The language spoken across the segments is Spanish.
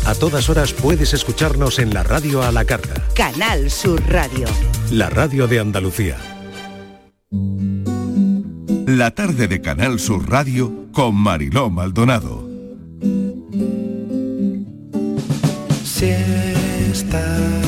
A todas horas puedes escucharnos en la radio a la carta. Canal Sur Radio. La radio de Andalucía. La tarde de Canal Sur Radio con Mariló Maldonado. Siesta,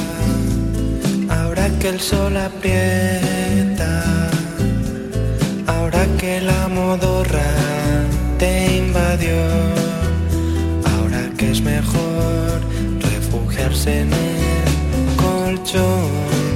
ahora que el sol aprieta, ahora que la modorra te invadió, ahora que es mejor refugiarse en el colchón.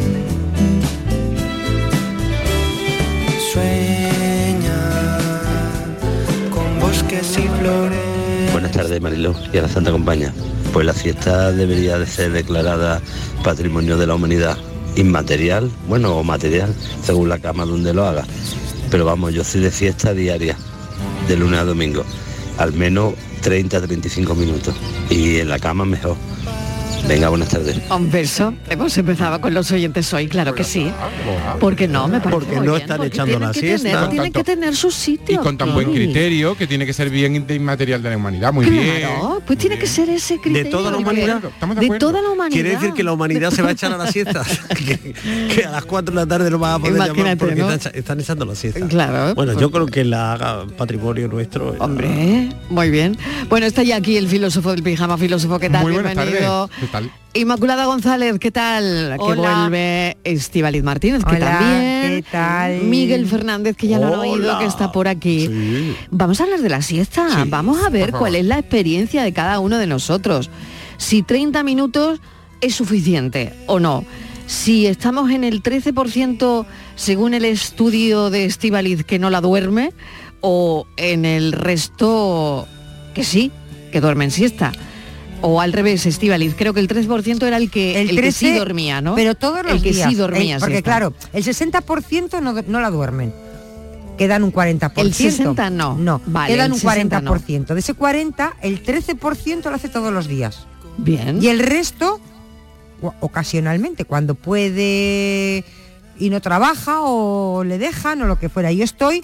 Sueña con bosques y flores. Buenas tardes, Mariló y a la Santa Compañía. Pues la siesta debería de ser declarada Patrimonio de la Humanidad inmaterial, bueno, o material, según la cama donde lo haga. Pero vamos, yo soy de siesta diaria, de lunes a domingo, al menos 30-35 minutos. Y en la cama mejor. Venga, buenas tardes. Un beso. Hemos empezado con los oyentes hoy, claro que sí. Porque no, me parece porque no están echando la siesta. Tienen que tener su sitio. Y con tan buen criterio, que tiene que ser bien inmaterial de la humanidad, muy bien. Claro, pues tiene que ser ese criterio. ¿De toda la humanidad? De toda la humanidad. Quiere decir que la humanidad se va a echar a la siesta. que a las 4 de la tarde no va a poder llamar porque ¿no? están echando la siesta. Claro. Bueno, yo creo que la haga patrimonio nuestro. Hombre, muy bien. Bueno, está ya aquí el filósofo del pijama. Filósofo, ¿qué tal? Muy buenas Bienvenido. tardes. ¿Qué tal? Inmaculada González, ¿qué tal? Hola. Que vuelve Estíbaliz Martínez, que Hola, también. ¿qué tal? Miguel Fernández, que ya lo han oído, que está por aquí. Sí. Vamos a hablar de la siesta. Sí, Vamos a ver por favor. cuál es la experiencia de cada uno de nosotros. Si 30 minutos es suficiente o no. Si estamos en el 13%, según el estudio de Estíbaliz, que no la duerme, o en el resto que sí, que duermen siesta. O al revés, Estíbaliz, creo que el 3% era el que sí dormía, ¿no? Pero todos los el que días. sí dormía Porque siesta. claro, el 60% no la duermen. Quedan un 40%. El 60 no. No, Vale, quedan el un 60 no. 40%. De ese 40, el 13% lo hace todos los días. Bien. Y el resto, ocasionalmente, cuando puede y no trabaja o le dejan o lo que fuera. Yo estoy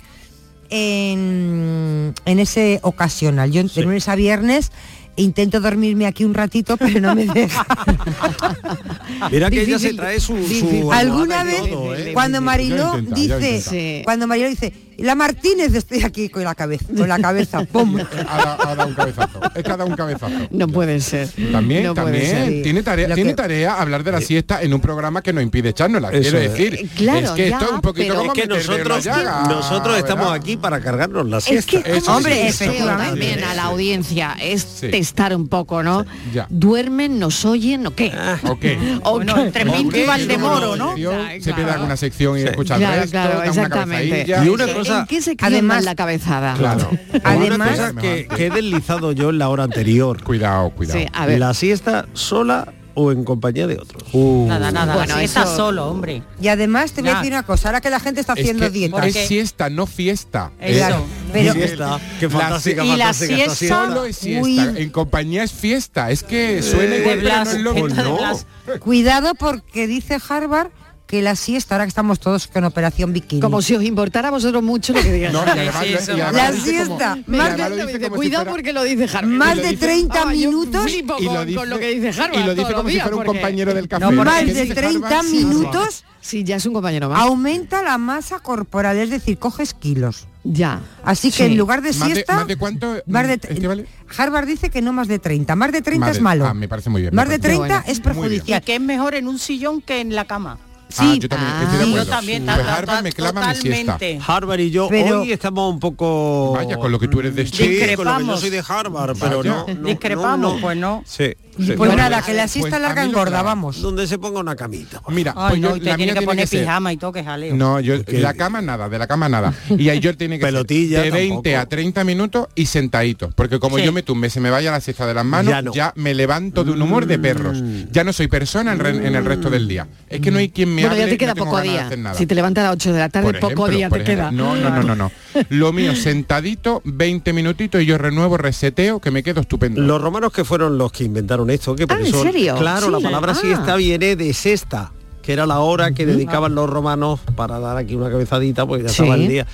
en ese ocasional. Yo de lunes a viernes intento dormirme aquí un ratito, pero no me deja. Mira que ella se trae su Alguna almohada y vez, todo, ¿eh? cuando Mariló Ya dice, Sí. cuando Mariló dice, la Martínez, estoy aquí con la cabeza, ¡pum! Ha dado un cabezazo. Es que ha dado un cabezazo. No puede ser. También, No puede también ser. tiene tarea, Lo tiene que- tarea hablar de la siesta en un programa que no impide echárnosla. Eso Quiero es. decir, Claro, es que ya, esto es un poquito pero- como Es que meter dedo en la llaga, nosotros estamos ¿verdad? aquí para cargarnos la Es siesta. que, Eso hombre, sí. deseo Efectivamente. también a la audiencia es Sí. testar un poco, ¿no? Ya. ¿Duermen, nos oyen o qué? Ok. ¿O Bueno, qué? entre ¿O Pinto qué? y Valdemoro, Como ¿no? sección, Se queda con una sección y escucha el Claro, resto, claro, da una exactamente. cabezadilla. Y una ¿En cosa- qué sección Además- dan la cabezada? Claro. Además- Una cosa que he deslizado yo en la hora anterior. Cuidado, cuidado. Sí, a ver. La siesta sola o en compañía de otros. Nada, Bueno, así está eso- solo, hombre. Y además te voy a Ya. decir una cosa, ahora que la gente está Es haciendo que dietas. es siesta, no fiesta. Eso. Pero Siesta, qué fantástica, y la fantástica esta siesta- Solo es siesta, Uy. en compañía es fiesta. Es que suena igual, pero no es lo Blas, mismo. de Blas. cuidado porque dice Harvard que la siesta, ahora que estamos todos con operación bikini. Como si os importara a vosotros mucho lo que digáis. No, y además, Sí, eso. y además La lo dice como- siesta, y más además de- lo dice como si Cuidado fuera- porque lo dice Harvard. Más lo de dice- 30 yo minutos flipo y lo con dice- lo que dice Harvard. y lo dice todos como los si días, fuera un porque- compañero del café. No, ¿Qué más dice de 30 Harvard? minutos Sí, ya es un compañero más. aumenta la masa corporal, es decir, coges kilos. Ya. Así que Sí. en lugar de ¿Más de- siesta, más de cuánto, más de Estíbaliz? Harvard dice que no más de 30. Más de 30 Más es de- malo. ah, me parece muy bien. Más me de parece 30 bueno. es Muy bien. Y perjudicial. que es mejor en un sillón que en la cama. Ah, yo también estoy de Ah. acuerdo. Yo también, Pues Harvard me clama mi siesta. totalmente. Harvard y yo Pero- hoy estamos un poco... Vaya, con lo que tú eres de Sí, Discrepamos. con lo que yo soy de Harvard, pero Vaya. no. Discrepamos, pues no. Sí. Pues Bueno, nada, que la pues siesta a larga mí lo engorda, claro. vamos. Donde se ponga una camita. Mira, Ay, pues no, yo, y te la tiene mía que poner ser- pijama y todo, que jaleo. No, yo Porque- la cama nada, de la cama nada. Y ahí yo tiene que Pelotilla ser de 20 tampoco. a 30 minutos y sentadito. Porque como Sí. yo me tumbe, se me vaya la siesta de las manos, Ya no. ya me levanto de un humor de perros. Ya no soy persona en el resto del día. Es que no hay quien me Bueno, hable, ya te queda no tengo poco ganas de día. hacer nada. Si te levantas a las 8 de la tarde, Por poco ejemplo, día por te queda. ejemplo. No. Lo mío, sentadito, 20 minutitos y yo renuevo, reseteo, que me quedo estupendo. Los romanos que fueron los que inventaron esto, que por Ah, ¿en eso, serio? claro, Sí. la palabra Ah. siesta viene de sesta, que era la hora que dedicaban los romanos para dar aquí una cabezadita, pues ya Sí. estaba el día.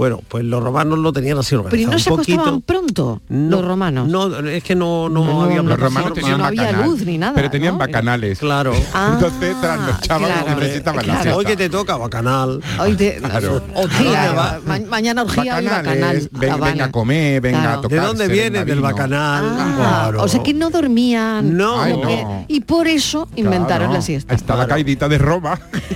Bueno, pues los romanos lo tenían así organizado. Pero ¿y no se acostaban pronto los romanos? No, es que no había los romanos tenían no había bacanal, luz ni nada, pero tenían ¿no? bacanales. Claro. Entonces trasnochaban y necesitaban la siesta. Hoy que te toca bacanal. Hoy Claro. Orgía, mañana orgía y bacanal. Venga a comer, venga a tocar. ¿De dónde viene? Del bacanal. Claro. O sea que no dormían. No. Ay, no. Y por eso inventaron la siesta. Está la caidita de Roma.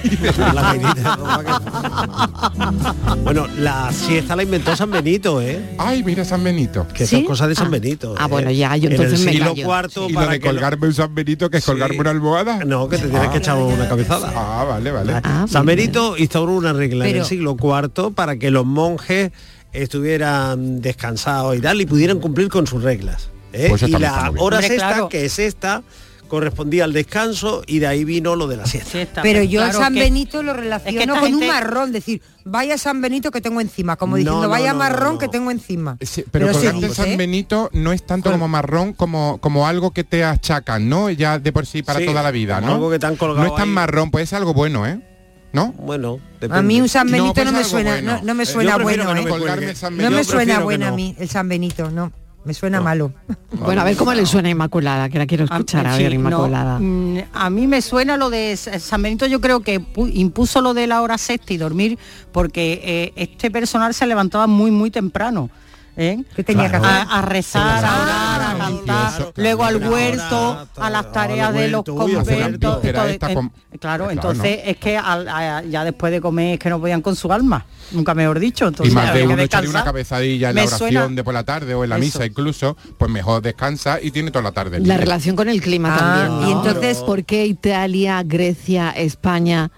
Bueno, la siesta la inventó San Benito, ¿eh? Ay, mira San Benito. Que son cosas de San Benito. Bueno, ya, yo entonces en el siglo me IV ¿Y lo de colgarme un San Benito, que es colgarme una almohada? No, que te tienes que echar una cabezada. Vale. San Benito instauró una regla en el siglo IV para que los monjes estuvieran descansados y tal, y pudieran cumplir con sus reglas. Pues y la hora sexta, claro, que es esta, correspondía al descanso, y de ahí vino lo de la siesta. Pero yo claro San que- Benito lo relaciono esta con un gente- marrón, decir, vaya San Benito que tengo encima, como diciendo, no, vaya no, marrón no. que tengo encima. Sí, pero se colgarte dice, San Benito no es tanto como marrón, como algo que te achacan, ¿no? Ya de por sí para Sí, toda la vida, como ¿no? algo que te han colgado no es tan ahí. marrón, pues es algo bueno, ¿eh? ¿No? Bueno, A mí un San Benito pues no me algo suena, bueno. no me Yo suena prefiero bueno, que no me colgarme cuelgue. el San no Benito. me Yo suena prefiero que buena no. a mí el San Benito, no, me suena malo. Bueno, a ver cómo le suena a Inmaculada, que la quiero escuchar. A ver, Sí, no, Inmaculada. a mí me suena lo de San Benito. Yo creo que impuso lo de la hora sexta y dormir, porque este personal se levantaba muy temprano, ¿eh? ¿Qué tenía que hacer? A rezar, a orar, a cantar, luego al huerto, a las tareas de los conventos. Claro, entonces es que ya después de comer es que no podían con su alma, nunca mejor dicho. Entonces, Y más de había que uno echarle una descansar. cabezadilla en la Me oración suena- de por la tarde o en la Eso. misa incluso, pues mejor descansa y tiene toda la tarde La libre. relación con el clima también, ¿no? y entonces, ¿por qué Italia, Grecia, España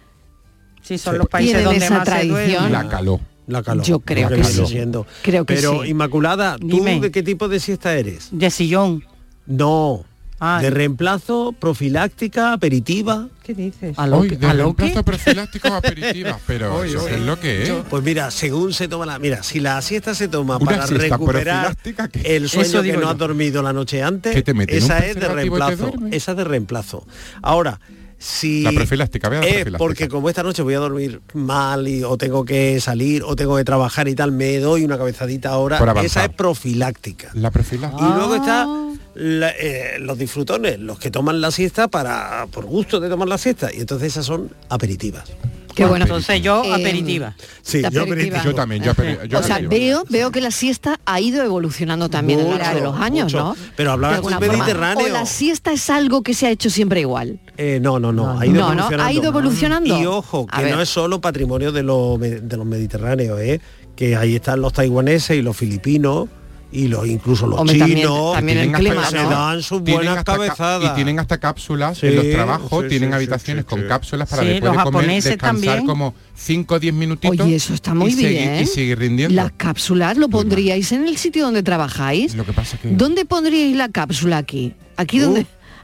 Sí, son los países tienen donde esa más se tradición? duerme. La caló. La calor. Yo creo Lo que viene sí. siendo. Creo que Pero, sí. Inmaculada, ¿tú Dime. de qué tipo de siesta eres? De sillón. No. Ah, De reemplazo, profiláctica, aperitiva. ¿qué dices? ¿A lo Hoy, que- de a lo reemplazo que? profiláctico o aperitiva, pero eso es lo que es. Pues mira, según se toma Mira, si la siesta se toma Una para siesta recuperar profiláctica, ¿qué? el sueño Eso que digo no yo. has dormido la noche antes, ¿Qué te meten, un esa es de preservativo y te reemplazo. duermes? Esa es de reemplazo. Ahora, si La profiláctica, vea la profiláctica. porque como esta noche voy a dormir mal o tengo que salir o tengo que trabajar y tal, me doy una cabezadita ahora, Por avanzar. esa es profiláctica. La profiláctica. Y luego está los disfrutones, los que toman la siesta por gusto de tomar la siesta, y entonces esas son aperitivas. Qué bueno. Entonces yo Eh, aperitiva. Sí, La yo aperitiva. aperitivo. Yo también, yo O sea, aperitiva. veo que la siesta ha ido evolucionando también a lo largo de los años, mucho. ¿no? Pero hablabas De alguna del forma. Mediterráneo. O la siesta es algo que se ha hecho siempre igual. No, ha ido No, evolucionando. ha ido evolucionando. Y ojo, A que ver. no es solo patrimonio de los mediterráneos, que ahí están los taiwaneses y los filipinos y incluso los Hombre, chinos. también el Tienen clima, hasta- se ¿no? dan sus Tienen buenas hasta cabezadas. y tienen hasta cápsulas Sí, en los trabajos, sí, tienen sí, habitaciones sí, con sí. cápsulas para Sí, después los de comer japoneses descansar también. como 5 o 10 minutitos. Oye, eso está muy y bien. y seguir rindiendo. Las cápsulas lo pondríais en el sitio donde trabajáis. Lo que pasa que ¿Dónde pondríais la cápsula aquí? Aquí donde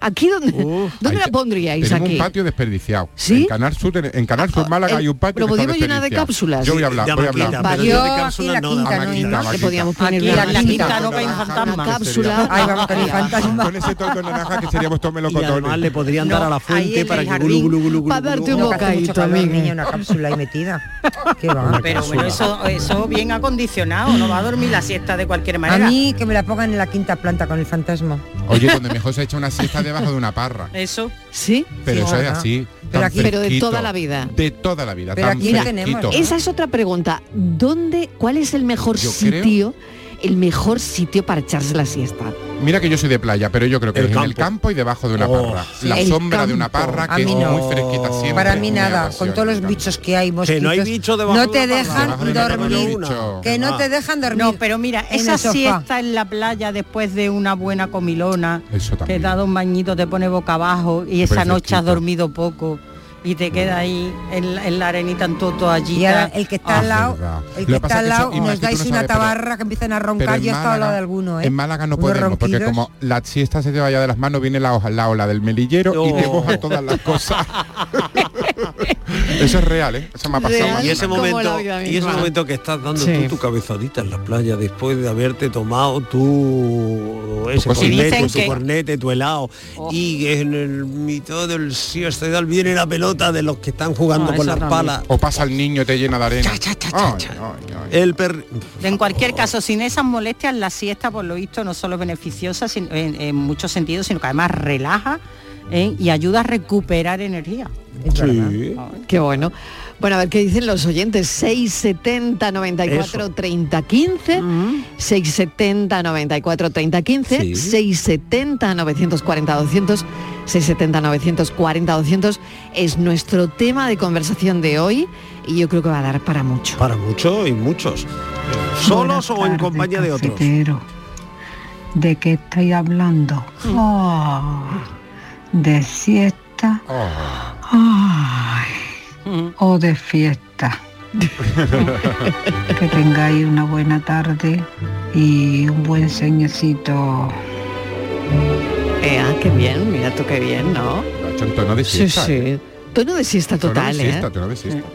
¿dónde Ahí la pondríais tenemos aquí? un patio desperdiciado. ¿Sí? En Canal Sur Málaga hay un patio Lo que está podíamos llenar de desperdiciado. cápsulas. Yo voy a hablar, voy a Maquita, hablar. pero Yo yo de aquí cápsulas la no, quinta, de no, maquita. no. Le Maquita. podíamos poner Aquí una la quinta, quinta no cae un fantasma. una cápsula. Ahí vamos con el fantasma. Con ese toque naranja que seríamos todos Y además melocotones. le podrían dar a la ahí fuente en para el que jardín, gulu, gulu, gulu, para gulu, darte un gulu. No, que hace mucho bocadito, calor, amigo. niña, una cápsula ahí metida. ¿Qué va? Pero bueno, eso bien acondicionado, no va a dormir la siesta de cualquier A manera. mí que me la pongan en la quinta planta con el fantasma. Oye, donde mejor se echa una siesta debajo de una parra. Eso. ¿Sí? Pero Sí, eso es bueno. así. Pero tan aquí- Pero de fresquito. toda la vida. De toda la vida. Pero tan aquí no fresquito. tenemos, ¿no? Esa es otra pregunta. ¿Cuál es el mejor Yo sitio? El mejor sitio para echarse la siesta. Mira que yo soy de playa, pero yo creo que El es en el campo. campo y debajo de una Oh, parra. sí. La El sombra de una campo. parra A que es mí no. muy fresquita siempre. Para mí me nada, apasiona con todos los el campo. bichos que hay, Que mosquitos, no hay bicho debajo no de te la parra. dejan Debajo de una parra no hay dormir, bicho. que no va. te dejan dormir. No, pero mira, en esa el sofá. siesta en la playa después de una buena comilona, Eso que también. te da un bañito, te pone boca abajo y esa Súper noche has fresquito. dormido poco y te queda ahí en la arenita en tu toallita. Y ahora el que está al lado, verdad. el Lo que que pasa está al es que lado, eso, Inma, nos es que tú dais no una sabes, pero- tabarra que empiezan a Pero roncar, en yo he estado al lado de Málaga- alguno, ¿eh? En Málaga no Unos podemos, porque ronquidos. como la siesta se te vaya de las manos, viene la ola del melillero y te Oh. moja todas las cosas. Eso es real, ¿eh? Eso me ha pasado. Real. más Y de ese una vez. Como la momento, vida y ese misma. momento que estás dando Sí. tú tu cabezadita en la playa después de haberte tomado tu ese cornete, tu cornete, tu helado. Y en el mitad del siesta y tal viene la pelota de los que están jugando con las palas. O pasa el niño y te llena de arena. En cualquier caso, sin esas molestias, la siesta, por lo visto, no solo es beneficiosa en muchos sentidos, sino que además relaja y ayuda a recuperar energía. Sí. Qué bueno. Bueno, a ver qué dicen los oyentes. 670 94 30 15, 670 94 30 15, sí. 670 940 200, 670 940 200 es nuestro tema de conversación de hoy y yo creo que va a dar para mucho. Para mucho y muchos. ¿Solos o en compañía de otros? ¿De qué estáis hablando? ¿De siesta? Ay. O de fiesta. Que tengáis una buena tarde y un buen sueñecito. Qué bien, mira tú qué bien, ¿no? En tono de siesta. Sí, sí. Tono de siesta total, Tono de siesta.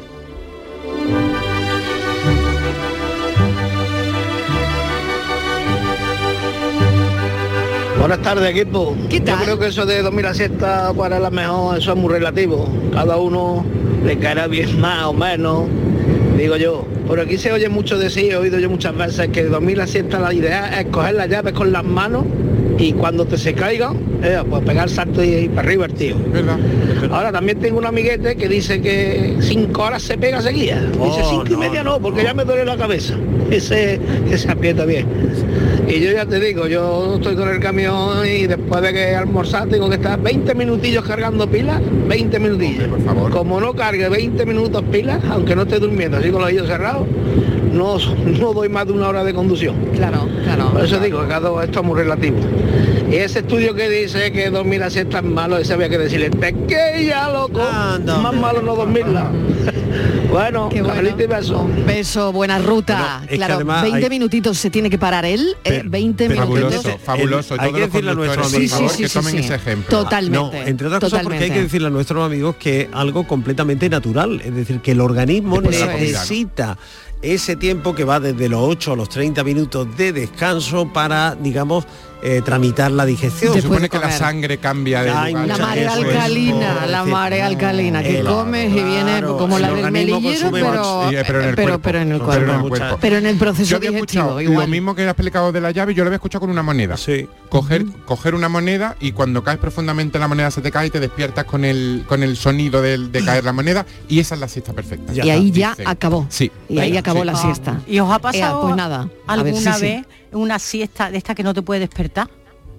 Buenas tardes, equipo. ¿Qué tal? Yo creo que eso de dormir la siesta para la mejor, eso es muy relativo. Cada uno le caerá bien más o menos, digo yo. Por aquí se oye mucho decir, he oído yo muchas veces que dormir la siesta, la idea es coger las llaves con las manos y cuando te se caigan, pues pegar salto y para arriba el tío. ¿Verdad? Ahora también tengo un amiguete que dice que 5 horas se pega seguida. Dice 5:30 no, porque ya me duele la cabeza. Ese se aprieta bien. Y yo ya te digo, yo estoy con el camión y después de que almorzar tengo que estar 20 minutillos cargando pilas, 20 minutillos. Hombre, por favor. Como no cargue 20 minutos pilas, aunque no esté durmiendo, así con los ojos cerrados, no doy más de 1 hora de conducción. Claro. Por eso digo que esto es muy relativo. Y ese estudio que dice que dormir la siesta es malo, ese había que decirle, te que ya loco, más malo no dormirla. Bueno, feliz y beso. Beso, buena ruta. Bueno, claro, 20 minutitos se tiene que parar él, 20 minutos. Fabuloso. Hay que decirle a nuestros amigos que tomen ese ejemplo. Totalmente. No, entre otras cosas porque hay que decirle a nuestros amigos que es algo completamente natural, es decir, que el organismo necesita ese tiempo que va desde los 8 a los 30 minutos de descanso para, digamos, tramitar la digestión. Se supone que la sangre cambia de lugar. La marea alcalina, la marea alcalina, que comes y viene como la del melillero, pero en el cuerpo. Pero en el proceso digestivo, igual. Lo mismo que has explicado de la llave, yo lo había escuchado con una moneda. Sí. Coger una moneda y cuando caes profundamente la moneda se te cae y te despiertas con el sonido de caer la moneda y esa es la siesta perfecta. Y ahí ya acabó. Sí. Y ahí acabó la siesta. ¿Y os ha pasado pues nada, alguna vez una siesta de esta que no te puede despertar?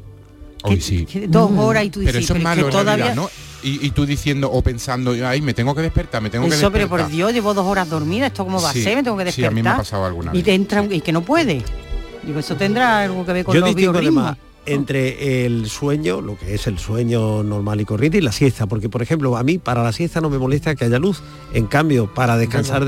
Hoy sí. Que 2 horas y tú dices, pero eso es malo que todavía ¿no? Y tú diciendo o pensando, ay, me tengo que despertar, Eso, pero por Dios, llevo 2 horas dormida, ¿esto cómo va a ser? Me tengo que despertar. Sí, a mí me ha pasado alguna vez. Y te entra y que no puede. Digo, eso tendrá algo que ver con los biorritmos. Además entre el sueño, lo que es el sueño normal y corriente, y la siesta, porque por ejemplo a mí para la siesta no me molesta que haya luz, en cambio para descansar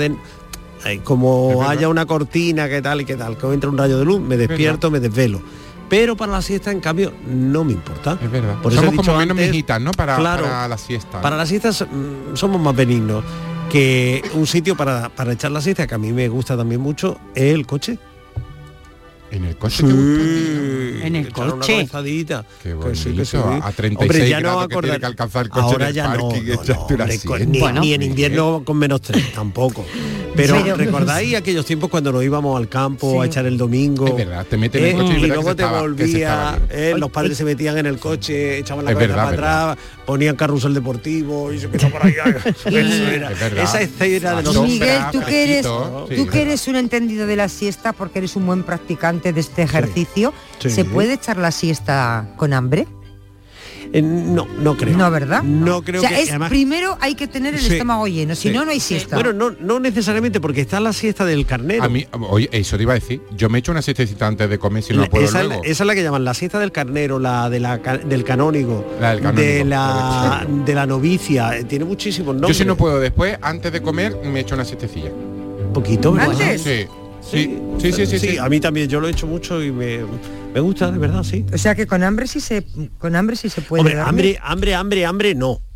como haya una cortina que tal, que entra un rayo de luz, me despierto, me desvelo. Pero para la siesta, en cambio, no me importa. Es verdad. Por eso somos he dicho como menos antes, mijitas, ¿no? Para la siesta. Para la siesta somos más benignos. Que un sitio para echar la siesta, que a mí me gusta también mucho, es el coche. ¿En el coche? En el coche. Una cabezadita. Qué bonito. Que sí. A 36 hombre, ya grados no que tiene que alcanzar el coche ahora en el ya parking, ni en invierno con -3 tampoco. Pero ¿recordáis aquellos tiempos cuando nos íbamos al campo a echar el domingo? Es verdad, te meten en el coche y luego te volvía, los padres se metían en el coche, echaban la cabeza para atrás, ponían carrusel deportivo y se quedó por ahí. Esa escena de los Miguel, tú que eres un entendido de la siesta porque eres un buen practicante de este ejercicio, ¿se puede echar la siesta con hambre? No creo. No, ¿verdad? No creo. O sea, que además, primero hay que tener el estómago lleno, si no hay siesta. Bueno, no necesariamente, porque está la siesta del carnero. A mí, oye, eso te iba a decir, yo me echo una siestecita antes de comer si no puedo luego. Esa es la que llaman la siesta del carnero, del canónigo, de la novicia, tiene muchísimos nombres. Yo si no puedo después, antes de comer, me echo una siestecilla. Un poquito, ¿verdad? ¿Antes? Sí. A mí también, yo lo he hecho mucho y me gusta, de verdad, sí. O sea que con hambre sí se puede. Hombre, hambre no.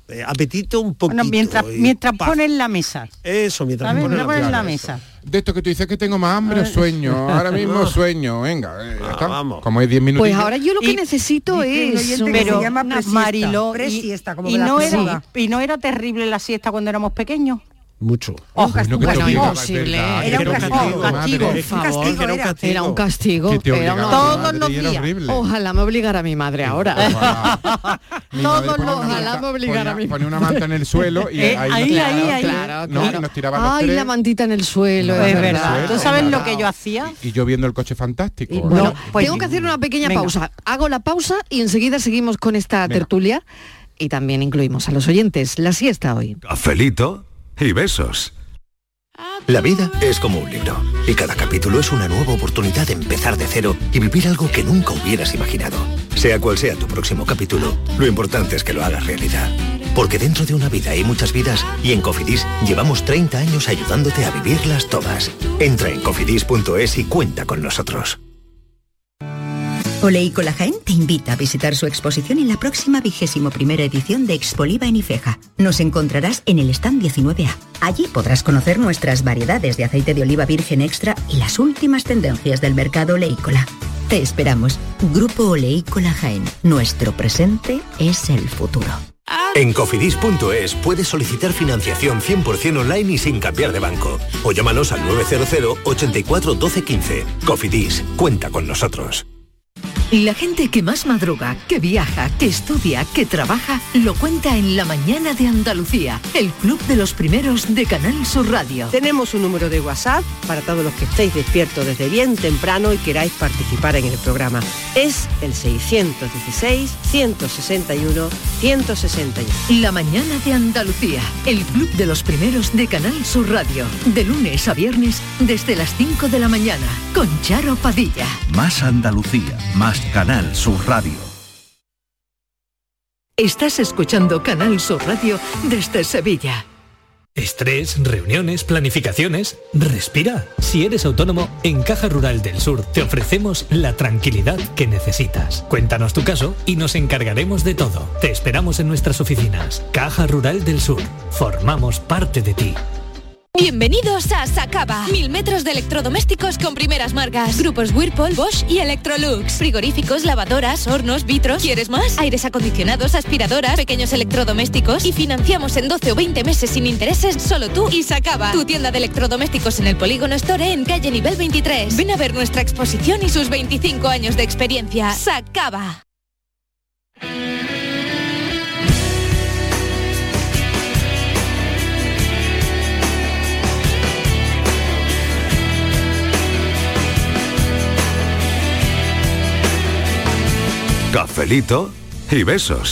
apetito un poquito. Bueno, mientras pones la mesa. Eso, mientras pones la mesa. De esto que tú dices que tengo más hambre o sueño. Ahora mismo sueño. Venga, vamos. Como es 10 minutos. Pues ahora yo lo que necesito es... Pero se llama Mariló, y no era terrible la siesta cuando éramos pequeños. Mucho. Imposible. Era un castigo. Era un castigo. Todos los días. Ojalá me obligara mi madre ahora. Ojalá me obligara a mí. Ponía una manta en el suelo y ahí. Claro. Nos tiraban los tres. La mantita en el suelo. Es verdad. ¿Tú sabes lo que yo hacía? Y yo viendo el Coche Fantástico. Bueno, tengo que hacer una pequeña pausa. Hago la pausa y enseguida seguimos con esta tertulia. Y también incluimos a los oyentes. La siesta hoy. Cafelito y besos. La vida es como un libro y cada capítulo es una nueva oportunidad de empezar de cero y vivir algo que nunca hubieras imaginado. Sea cual sea tu próximo capítulo, lo importante es que lo hagas realidad. Porque dentro de una vida hay muchas vidas y en Cofidis llevamos 30 años ayudándote a vivirlas todas. Entra en cofidis.es y cuenta con nosotros. Oleícola Jaén te invita a visitar su exposición en la próxima 21ª edición de Expoliva en Ifeja. Nos encontrarás en el stand 19A. Allí podrás conocer nuestras variedades de aceite de oliva virgen extra y las últimas tendencias del mercado oleícola. Te esperamos. Grupo Oleícola Jaén. Nuestro presente es el futuro. En cofidis.es puedes solicitar financiación 100% online y sin cambiar de banco. O llámanos al 900 84 12 15. Cofidis, cuenta con nosotros. La gente que más madruga, que viaja, que estudia, que trabaja, lo cuenta en La Mañana de Andalucía, el club de los primeros de Canal Sur Radio. Tenemos un número de WhatsApp para todos los que estéis despiertos desde bien temprano y queráis participar en el programa. Es el 616-161-161. La Mañana de Andalucía, el club de los primeros de Canal Sur Radio, de lunes a viernes desde las 5 de la mañana, con Charo Padilla. Más Andalucía, más Canal Sur Radio. Estás escuchando Canal Sur Radio desde Sevilla. Estrés, reuniones, planificaciones. Respira. Si eres autónomo, en Caja Rural del Sur te ofrecemos la tranquilidad que necesitas. Cuéntanos tu caso y nos encargaremos de todo. Te esperamos en nuestras oficinas. Caja Rural del Sur. Formamos parte de ti. Bienvenidos a Sacaba. 1000 metros de electrodomésticos con primeras marcas. Grupos Whirlpool, Bosch y Electrolux. Frigoríficos, lavadoras, hornos, vitros. ¿Quieres más? Aires acondicionados, aspiradoras, pequeños electrodomésticos. Y financiamos en 12 o 20 meses sin intereses, solo tú y Sacaba. Tu tienda de electrodomésticos en el Polígono Store en calle Nivel 23. Ven a ver nuestra exposición y sus 25 años de experiencia. Sacaba. Cafelito y besos.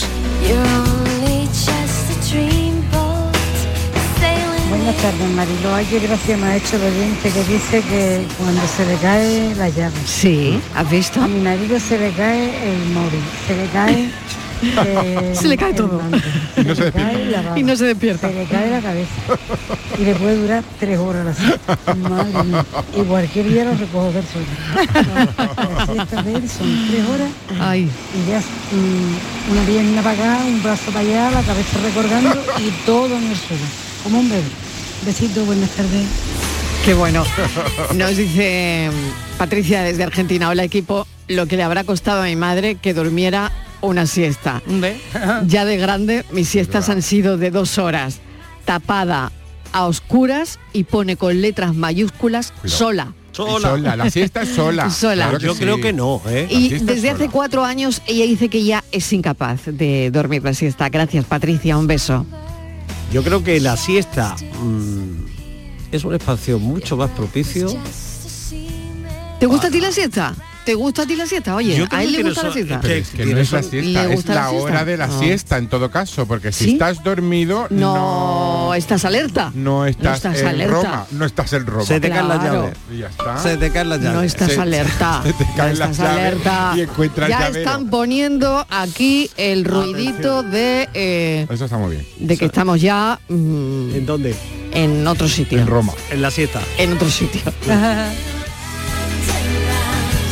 Buenas tardes, Mariló. Ay, qué gracia me ha hecho el oyente que dice que cuando se le cae la llave. Sí, ¿has visto? A mi marido se le cae el móvil, se le cae... se le cae todo. Y no se despierta. Se le cae la cabeza. Y le puede durar 3 horas la siesta. Madre mía. Y cualquier día lo recojo del sueño. La siesta de él son 3 horas. Ay. Y ya una pierna para acá, un brazo para allá, la cabeza recorgando y todo en el suelo. Como un bebé. Besito, buenas tardes. Qué bueno. Nos dice Patricia desde Argentina: hola equipo, lo que le habrá costado a mi madre que durmiera una siesta. Ya de grande mis siestas han sido de 2 horas, tapada, a oscuras, y pone con letras mayúsculas: sola. Sola, la siesta es sola. Claro yo creo que no. Y desde hace 4 años ella dice que ya es incapaz de dormir la siesta. Gracias, Patricia, un beso. Yo creo que la siesta es un espacio mucho más propicio. ¿Te gusta a ti la siesta? ¿Te gusta a ti la siesta? Oye, ¿a él le gusta la siesta? Que no es la siesta, es la hora de la siesta en todo caso, porque si estás dormido no estás alerta. No estás en alerta. Roma, no estás en Roma. Se te caen las llaves. Y ya está. Se te caen las llaves. No estás alerta. Se te caen las llaves alerta. y encuentras ya llavero. Están poniendo aquí el ruidito de eso está muy bien. De que estamos ya ¿en dónde? En otro sitio. En Roma. En la siesta. En otro sitio.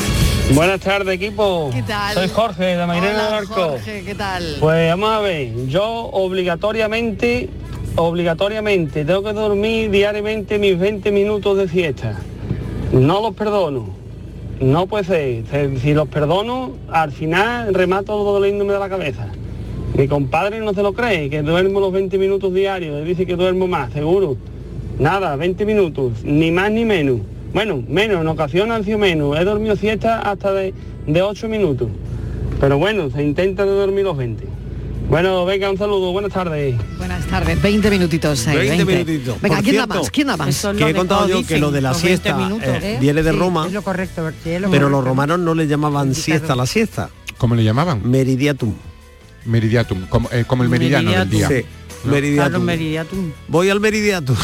Buenas tardes, equipo. ¿Qué tal? Soy Jorge de Mairena del Arco. Jorge, ¿qué tal? Pues vamos a ver, yo obligatoriamente tengo que dormir diariamente mis 20 minutos de siesta. No los perdono. No puede ser. Si los perdono, al final remato doliéndome de la cabeza. Mi compadre no se lo cree, que duermo los 20 minutos diarios. Él dice que duermo más, seguro. Nada, 20 minutos, ni más ni menos. Bueno, menos, en ocasiones han sido menos. He dormido siesta hasta de 8 minutos. Pero bueno, se intenta de dormir los 20. Bueno, venga, un saludo, buenas tardes. Buenas tardes, 20 minutitos. 20 minutitos. Venga, Por ¿quién cierto, da más? ¿Quién da más? Que he contado yo que lo de la siesta viene de Roma, Es lo correcto. pero los romanos no le llamaban siesta a la siesta. ¿Cómo le llamaban? Meridiatum. Meridiatum, como el meridiano del día. Sí, ¿no? meridiatum. Meridiatum. Voy al meridiatum.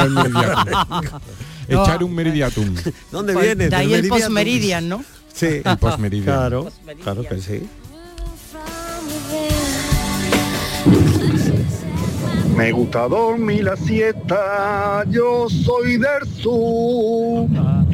Echar un meridiatum. ¿Dónde Pues viene? de ahí Del el meridiatum. post-meridian, ¿no? Sí, El post-meridian. Claro, claro que sí. Me gusta dormir la siesta, yo soy del sur,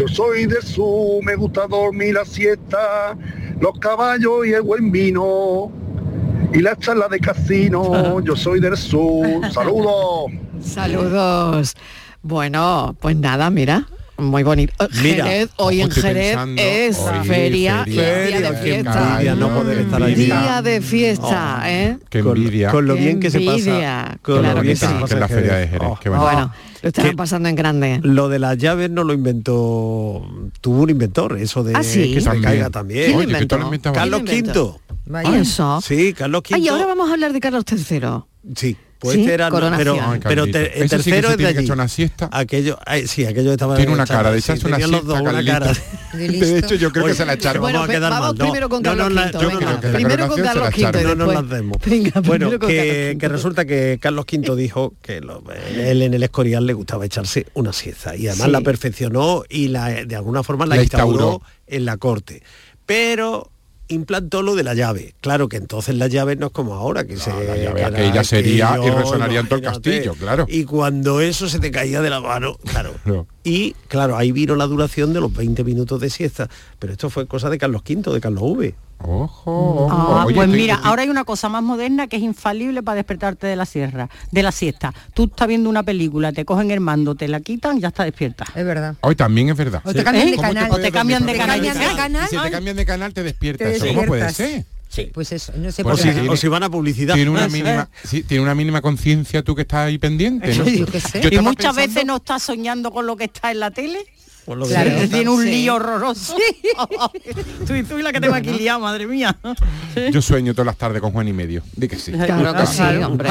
me gusta dormir la siesta, los caballos y el buen vino, y la charla de casino, yo soy del sur, saludos. Saludos. Bueno, pues nada, mira. Muy bonito. Mira, Jerez, hoy en estoy Jerez pensando, es hoy feria, y feria, día de qué fiesta. envidia no poder estar allí. Día de fiesta, ¿eh? Qué envidia. Con lo Qué bien que se envidia. pasa. Con Claro lo que bien sí. se pasa Que en la en feria de Jerez, qué bonito. Bueno, lo estarán Que- pasando en grande. Lo de las llaves no lo inventó, tuvo un inventor, eso de ¿Ah, sí? que se También. caiga también. ¿Quién Oye, que inventó? tú lo inventabas. Carlos ¿Quién inventó? V. ¿Y eso? Sí, Carlos V. Ay, ahora vamos a hablar de Carlos III. Sí, pues Sí, este era, coronación. Ay, pero Carlito. el Ese sí que tercero se es de tiene que allí. echar una siesta. Aquello, sí, aquello estaba Tiene una echado, cara de sí, echarse una tenían los siesta, dos una Carlito. cara. De hecho, yo creo que se la echaron. Bueno, vamos a quedar vamos mal. No, primero con no, Carlos no, V. yo venga. creo que la Primero con coronación Carlos se la V y No nos después. las demos. Venga, Bueno, primero con Carlos V. que resulta que Carlos V dijo que él en el Escorial le gustaba echarse una siesta y además Sí. la perfeccionó y de alguna forma la La instauró instauró. en la corte. Pero implantó lo de la llave. Claro que entonces la llave no es como ahora, que se... la llave que aquella sería y resonaría en todo el imagínate. castillo, claro. Y cuando eso se te caía de la mano, claro. No. Y claro, ahí vino la duración de los 20 minutos de siesta. Pero esto fue cosa de Carlos V, de Carlos V. Ojo, ojo. Ah, Oye, pues estoy- mira, estoy- ahora hay una cosa más moderna que es infalible para despertarte de la siesta. Tú estás viendo una película, te cogen el mando, te la quitan, ya está despierta. Es verdad. Hoy también es verdad. O te cambian de ¿Cómo canal. puedes O te cambian de dormir? canal. Cambian de canal. Y si te cambian de canal te despiertas. Te ¿Eso ¿Cómo puede despiertas. ser? Sí. Pues eso, no sé Pues por sí, qué. O si van a publicidad. Tiene una mínima, sí, tiene una mínima conciencia tú que estás ahí pendiente, ¿no? Yo qué sé. Yo Y estaba muchas pensando- veces no estás soñando con lo que está en la tele. Por lo que Claro. sea. Tiene un Sí. lío horroroso. tú y la que tengo aquí liado, madre mía. Yo sueño todas las tardes con Juan y medio. Di que sí. Claro que sí, hombre.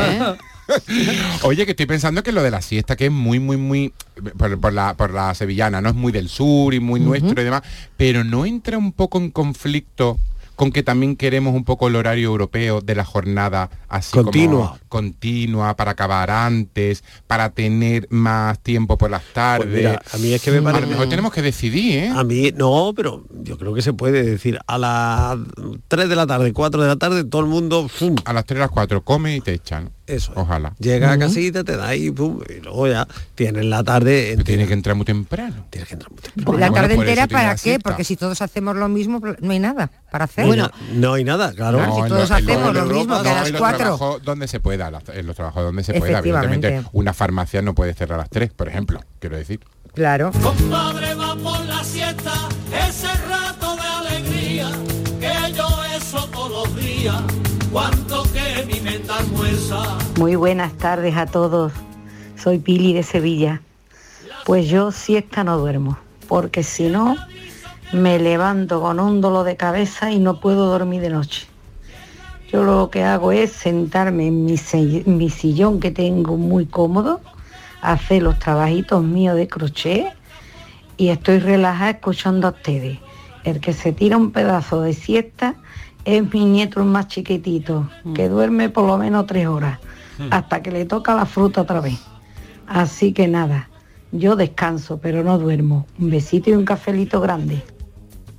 Oye, que estoy pensando que lo de la siesta, que es muy por la sevillana, no es muy del sur y muy nuestro y demás, pero no entra un poco en conflicto con que también queremos un poco el horario europeo de la jornada así Continua. como continua, para acabar antes, para tener más tiempo por las tardes. Pues mira, a mí es que me A parece... lo mejor tenemos que decidir, ¿eh? A mí, no, pero yo creo que se puede decir, a las 3 de la tarde, 4 de la tarde, todo el mundo... ¡fum! A las 3 a las 4 come y te echan. Eso es. Ojalá. Llega a casita, te da ahí, pum, y luego ya tienes la tarde Pero entera. tiene que entrar muy temprano. Tienes que entrar muy temprano. La Bueno, tarde por eso entera, tiene ¿para la qué? siesta. Porque si todos hacemos lo mismo, no hay nada para hacer. Bueno, No hay nada, claro. Claro, si en todos en hacemos lo en mismo que a las en los 4. trabajos donde se pueda, en los trabajos donde se pueda. Efectivamente. Evidentemente, una farmacia no puede cerrar a las 3, por ejemplo, quiero decir. Claro. Compadre, va por la siesta, ese rato de alegría, que yo eso todos los días, cuanto que mi mente almuerza. Muy buenas tardes a todos. Soy Pili de Sevilla. Pues yo siesta no duermo, porque si no me levanto con un dolor de cabeza y no puedo dormir de noche. Yo lo que hago es sentarme en mi sillón que tengo muy cómodo, hacer los trabajitos míos de crochet y estoy relajada escuchando a ustedes. El que se tira un pedazo de siesta es mi nieto el más chiquitito, que duerme por lo menos 3 horas, hasta que le toca la fruta otra vez. Así que nada, yo descanso, pero no duermo. Un besito y un cafelito grande.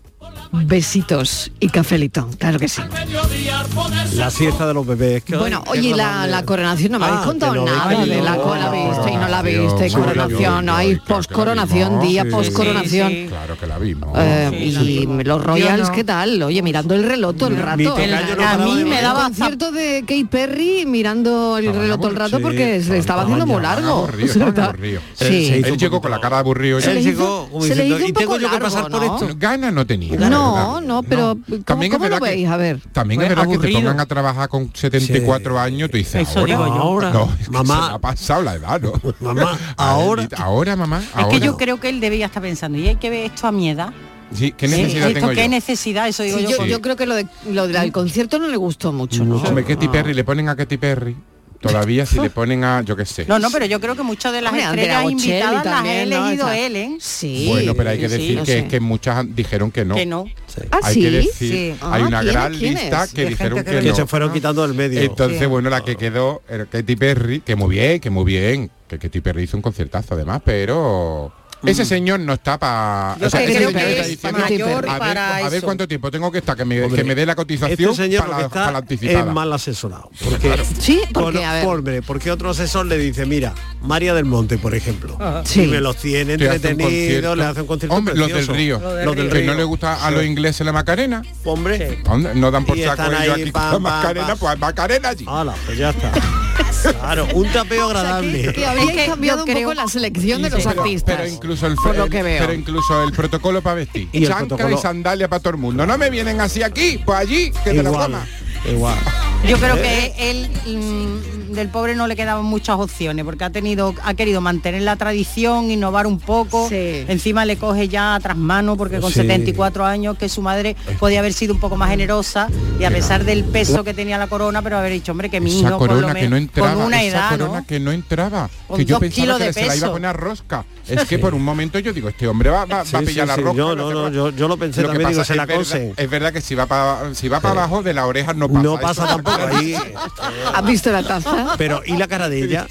Besitos y cafelito, claro que sí. La siesta de los bebés. Bueno, oye, la coronación, no me habéis contado nada de la cola, viste, y no la viste, coronación, no hay post-coronación, día post-coronación. Claro que la vimos. Y los Royals, ¿qué tal? Oye, mirando el reloj todo el rato. A mí me daba concierto de Katy Perry mirando el reloj todo el rato porque se estaba haciendo muy largo. Él llegó con la cara aburrido. Él llegó y tengo yo que pasar por esto. Ganas no tenía. No, pero ¿cómo lo veis? A ver. También es verdad que te pongan a trabajar con 74 años, tú dices, ahora, no, mamá, se ha pasado la edad, ¿no? Mamá, ahora, mamá. Es que yo creo que él debía estar pensando, y hay que ver esto a mi edad. Sí, ¿qué necesidad tengo yo? ¿Qué necesidad? Eso digo yo. Yo creo que lo del concierto no le gustó mucho, ¿no? Hombre, Katy Perry, le ponen a Katy Perry. Todavía si le ponen a, yo qué sé. No, pero yo creo que muchas de las estrellas invitadas las ha elegido él, ¿eh? Sí. Bueno, pero hay que decir que es que muchas dijeron que no. Que no. Hay que decir, hay una gran lista que dijeron que no. Que se fueron quitando del medio. Entonces, bueno, la que quedó era Katy Perry, que muy bien. Que Katy Perry hizo un conciertazo además, pero... Ese señor no está para... Yo creo que es mayor para a ver cuánto tiempo tengo que estar, que me dé la cotización para la anticipada. Es mal asesorado. Porque, sí, porque, porque otro asesor le dice, mira, María del Monte, por ejemplo, y me los tiene entretenidos, le hace un concierto. Hombre, los del Río. Que no le gusta a los ingleses la Macarena. Hombre. No dan por saco ellos aquí con la Macarena, pues Macarena allí. Hala, pues ya está. Claro, un tapeo agradable. O sea, que habéis cambiado un poco la selección de los artistas. Pero incluso el protocolo para vestir. Y chancla y sandalia para todo el mundo. No me vienen así aquí, pues allí, que te la comas. Igual. Yo creo que él del pobre no le quedaban muchas opciones porque ha querido mantener la tradición, innovar un poco. Encima le coge ya a trasmano porque con 74 años que su madre podía haber sido un poco más generosa y a pesar del peso que tenía la corona, pero haber dicho, hombre, que mi hijo por lo menos con una edad, corona que no entraba, con que yo 2 pensaba kilos que de se la iba a poner a rosca. Es que por un momento yo digo, este hombre va a pillar la rosca. Yo lo pensé también, digo, se la cosen. Es verdad que si va para abajo de la oreja no pasa. No pasa tampoco ahí. ¿Has visto la taza? Pero ¿y la cara de ella?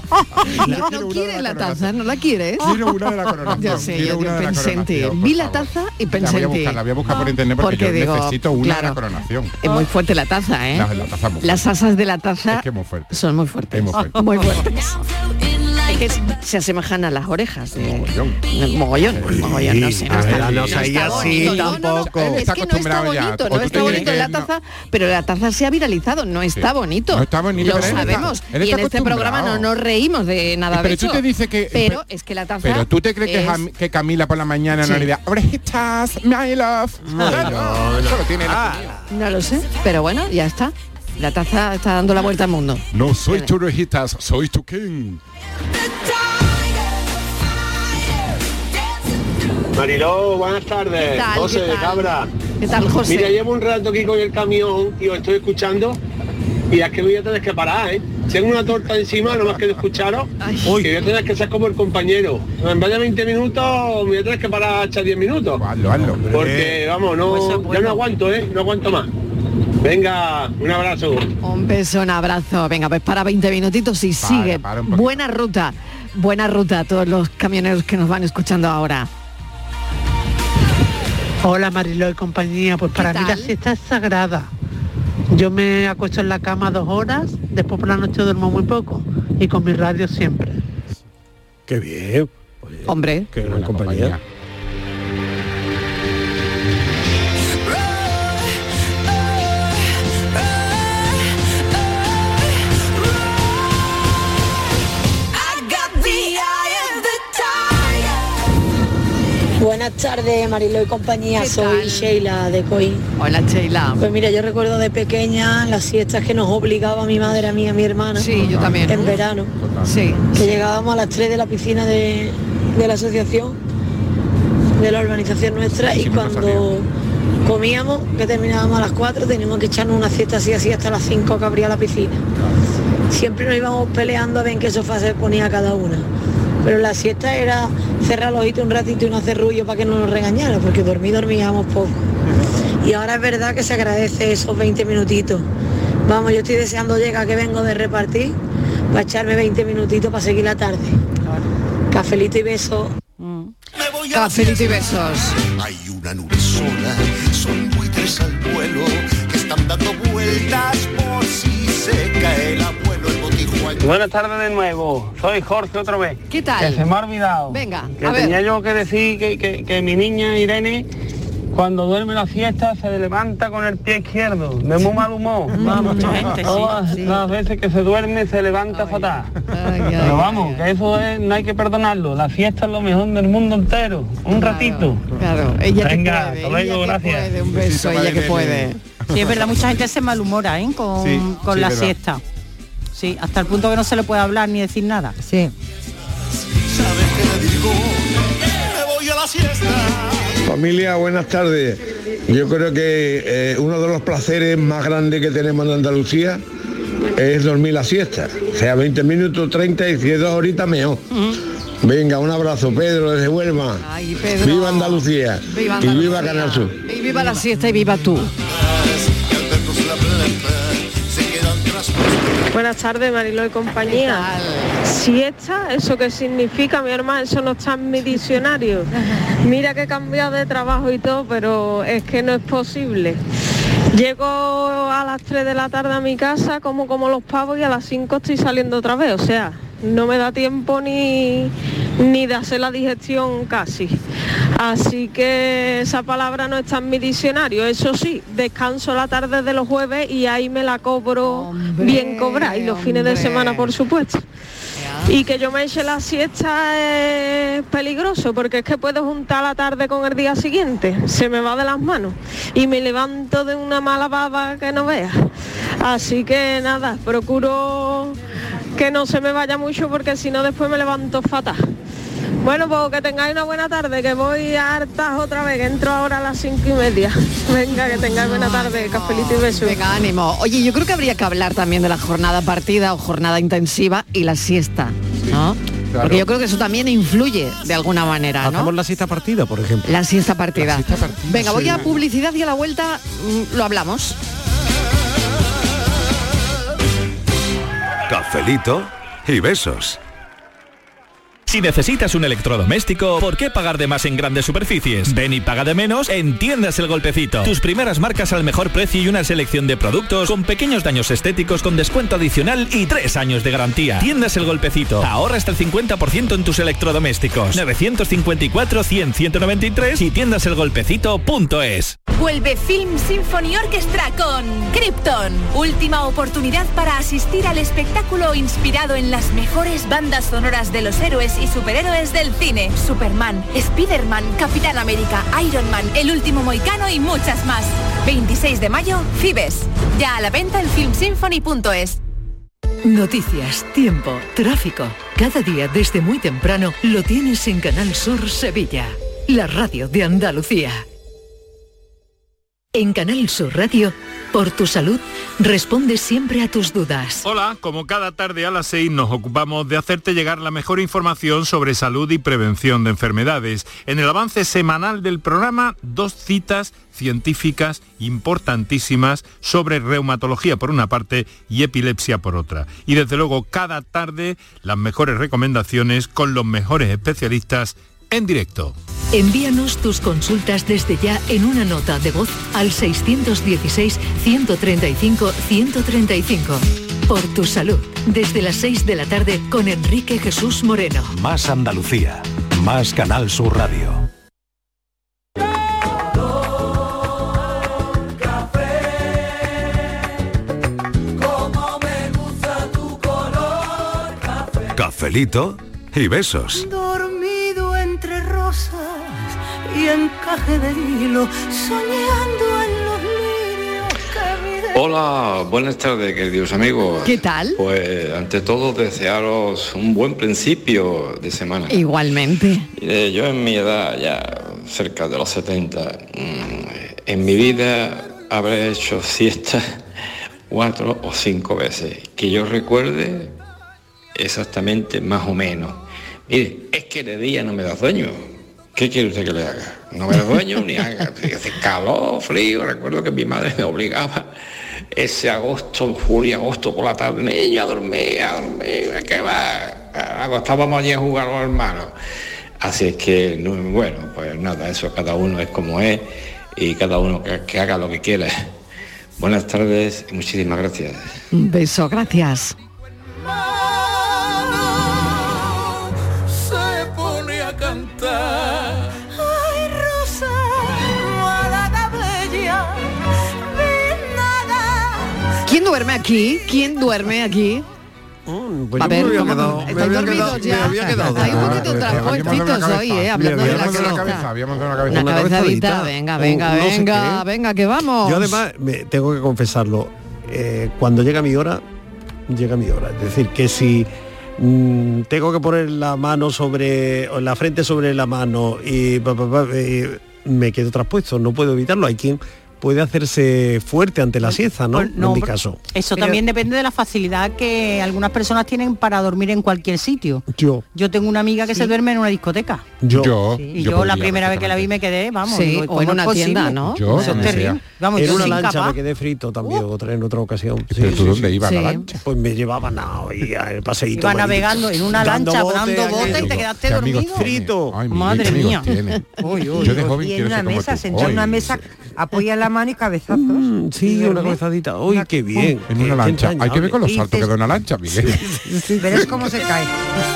No quiere la taza, ¿no la quieres? Quiero una de la coronación. Yo sé, yo pensé en ti. Vi la taza y pensé en ti. La voy a buscar por internet porque yo necesito una de la coronación. Es muy fuerte la taza, ¿eh? Las asas de la taza son muy fuertes. Muy fuertes. Es que se asemejan a las orejas de mogollón, no sé. No sé, así tampoco. Es que no está bonito, no está bonito la taza, pero la taza se ha viralizado, no está bonito. No está bonito. Lo sabemos. Y en este programa no nos reímos de nada de eso. Pero tú te dices que... Pero es que la taza... Pero tú te crees que Camila por la mañana no le diga, orejitas, my love. No lo sé, pero bueno, ya está. La taza está dando la vuelta al mundo. No soy tu orejitas, soy tu king. Mariló, buenas tardes. ¿Qué tal, José de Cabra. ¿Qué tal, José? Mira, llevo un rato aquí con el camión y os estoy escuchando y es que voy a tener que parar, ¿eh? Tengo una torta encima, nomás que de escucharos, que voy a tener que ser como el compañero. En vez de 20 minutos, me voy a tener que parar hasta 10 minutos. Hazlo. Porque, vamos, ya no aguanto, ¿eh? No aguanto más. Venga, un abrazo. Un beso, un abrazo. Venga, pues para 20 minutitos y sigue. Buena ruta a todos los camioneros que nos van escuchando ahora. Hola Mariló y compañía, pues para mí la siesta es sagrada. Yo me acuesto en la cama 2 horas, después por la noche duermo muy poco y con mi radio siempre. Qué bien. Oye, hombre, qué buena compañía. Buenas tardes, Mariló y compañía, soy Sheila de Coín. Hola, Sheila. Pues mira, yo recuerdo de pequeña las siestas que nos obligaba mi madre, a mí y a mi hermana. Sí, yo también. En verano. Sí. Que llegábamos a las 3 de la piscina de la asociación, de la urbanización nuestra, y cuando comíamos, que terminábamos a las 4, teníamos que echarnos una siesta así hasta las 5 que abría la piscina. Siempre nos íbamos peleando a ver en qué sofá se ponía cada una. Pero la siesta era cerrar los ojitos un ratito y no hacer ruido para que no nos regañara, porque dormíamos poco. Y ahora es verdad que se agradece esos 20 minutitos. Vamos, yo estoy deseando llegar, que vengo de repartir, para echarme 20 minutitos para seguir la tarde. Cafelito y besos. Cafelito y besos. Hay una una nube sola, son buitres al vuelo que están dando vueltas por si se cae el abuelo, el botijo. Buenas tardes de nuevo, soy Jorge otra vez. ¿Qué tal? Que se me ha olvidado. Venga, que a ver. tenía yo que decir que mi niña Irene, cuando duerme la siesta, se levanta con el pie izquierdo, de muy mal humor. Mucha gente, Todas sí. las veces que se duerme se levanta fatal. Pero vamos, que eso no hay que perdonarlo. La fiesta es lo mejor del mundo entero. Un ratito. Claro, ella que Venga, puede, hasta luego, ella que gracias. puede, un beso, ella que puede. Sí, es verdad, mucha gente se malhumora, con la verdad. siesta. Sí, hasta el punto que no se le puede hablar ni decir nada. Sí. ¿Sabes qué le digo? Me voy a la siesta. Familia, buenas tardes. Yo creo que uno de los placeres más grandes que tenemos en Andalucía es dormir la siesta. O sea, 20 minutos, 30 y 100 horitas mejor. Venga, un abrazo, Pedro, desde Huelva. Ay, Pedro. Viva Andalucía. Viva Y Andalucía. viva Canal Sur. Y viva la siesta y viva tú. Buenas tardes, Mariló y compañía. Siesta, ¿eso qué significa, mi hermano? Eso no está en mi diccionario. Mira que he cambiado de trabajo y todo, pero es que no es posible. Llego a las 3 de la tarde a mi casa, como los pavos y a las 5 estoy saliendo otra vez. O sea, no me da tiempo ni de hacer la digestión casi. Así que esa palabra no está en mi diccionario. Eso sí, descanso la tarde de los jueves y ahí me la cobro bien cobrada. Y los fines de semana, por supuesto. Y que yo me eche la siesta es peligroso, porque es que puedo juntar la tarde con el día siguiente. Se me va de las manos. Y me levanto de una mala baba que no veas. Así que nada, procuro que no se me vaya mucho, porque si no después me levanto fatal. Bueno, pues que tengáis una buena tarde, que voy a hartas otra vez, que entro ahora a las 5:30. Venga, que tengáis buena tarde, cafelito y besos. Venga, ánimo. Oye, yo creo que habría que hablar también de la jornada partida o jornada intensiva y la siesta, ¿no? Claro. Porque yo creo que eso también influye de alguna manera, ¿no? Hacemos la siesta partida, por ejemplo. La siesta partida. La siesta partida, Venga, voy sí. a publicidad y a la vuelta lo hablamos. Cafelito y besos. Si necesitas un electrodoméstico, ¿por qué pagar de más en grandes superficies? Ven y paga de menos en Tiendas El Golpecito. Tus primeras marcas al mejor precio y una selección de productos con pequeños daños estéticos con descuento adicional y 3 años de garantía. Tiendas El Golpecito. Ahorra hasta el 50% en tus electrodomésticos. 954-100-193 y tiendaselgolpecito.es. Vuelve Film Symphony Orchestra con Krypton. Última oportunidad para asistir al espectáculo inspirado en las mejores bandas sonoras de los héroes y superhéroes del cine. Superman, Spiderman, Capitán América, Iron Man, El Último Mohicano y muchas más. 26 de mayo, Fibes. Ya a la venta en filmsymphony.es. Noticias, tiempo, tráfico. Cada día desde muy temprano lo tienes en Canal Sur Sevilla, la radio de Andalucía. En Canal Sur Radio, por tu salud, responde siempre a tus dudas. Hola, como cada tarde a las 6 nos ocupamos de hacerte llegar la mejor información sobre salud y prevención de enfermedades. En el avance semanal del programa, 2 citas científicas importantísimas sobre reumatología por una parte y epilepsia por otra. Y desde luego cada tarde las mejores recomendaciones con los mejores especialistas en directo. Envíanos tus consultas desde ya en una nota de voz al 616-135-135. Por tu salud, desde las 6 de la tarde con Enrique Jesús Moreno. Más Andalucía, más Canal Sur Radio. Cafelito y besos. Dormido entre rosas y encaje de hilo, soñando en los lirios que mi Hola, buenas tardes, queridos amigos. ¿Qué tal? Pues ante todo desearos un buen principio de semana. Igualmente. Mire, yo en mi edad, ya cerca de los 70, en mi vida habré hecho siesta 4 o 5 veces. Que yo recuerde exactamente más o menos. Mire, es que de día no me da sueño. ¿Qué quiere usted que le haga? No me da sueño ni haga. Hace calor, frío. Recuerdo que mi madre me obligaba ese agosto, julio, agosto por la tarde. Niño, a dormir, ¿qué va? Acostábamos allí a jugar a los hermanos. Así es que, bueno, pues nada, eso cada uno es como es y cada uno que haga lo que quiera. Buenas tardes y muchísimas gracias. Un beso, gracias. Se pone a cantar. Ay, Rosa, malada bella, ven nada. ¿Quién duerme aquí? ¿Quién duerme aquí? Pues a ver, me había quedado, Hay un poquito traspuestitos hoy, hablando de la cabeza. Una cabezadita, venga, que vamos. Yo además tengo que confesarlo, cuando llega mi hora. Es decir, que si tengo que poner la frente sobre la mano y me quedo traspuesto, no puedo evitarlo. Hay quien puede hacerse fuerte ante la siesta, ¿no? En mi caso. Eso también depende de la facilidad que algunas personas tienen para dormir en cualquier sitio. Yo tengo una amiga que se duerme en una discoteca. Yo la primera vez que la vi me quedé, vamos. Sí, o en una tienda, ¿no? Eso es terrible. Vamos, en yo una soy lancha incapaz. me quedé frito también, en otra ocasión. ¿Pero tú dónde ibas a la lancha? Pues me llevaban ahí al paseíto. Iba navegando en una lancha, dando bote y te quedaste dormido. Frito. Madre mía. Yo de joven y quiero en una ser como mesa, tú. sentado en una mesa, apoya la mano y cabezazos. Sí, una cabezadita. Uy, qué bien. En una lancha. Hay que ver con los saltos que da una lancha, Miguel. Verás cómo se cae.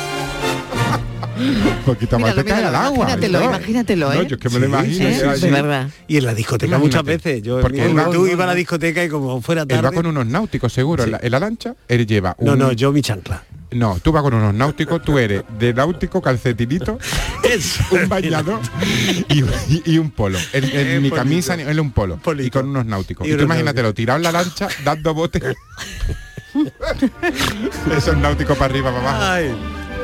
Un poquito más te cae al agua. Imagínatelo, No, yo es que me lo imagino. De verdad. Y en la discoteca muchas veces. Tú ibas a la discoteca y como fuera tarde. Él va con unos náuticos, seguro. En la lancha, él lleva un... No, yo mi chancla. No, tú vas con unos náuticos, tú eres de náutico, calcetinito, un bañador y un polo. Ni camisa, ni un polo. Y con unos náuticos. Y tú imagínatelo, tirado en la lancha, dando bote. Esos náuticos para arriba, para abajo. Ay.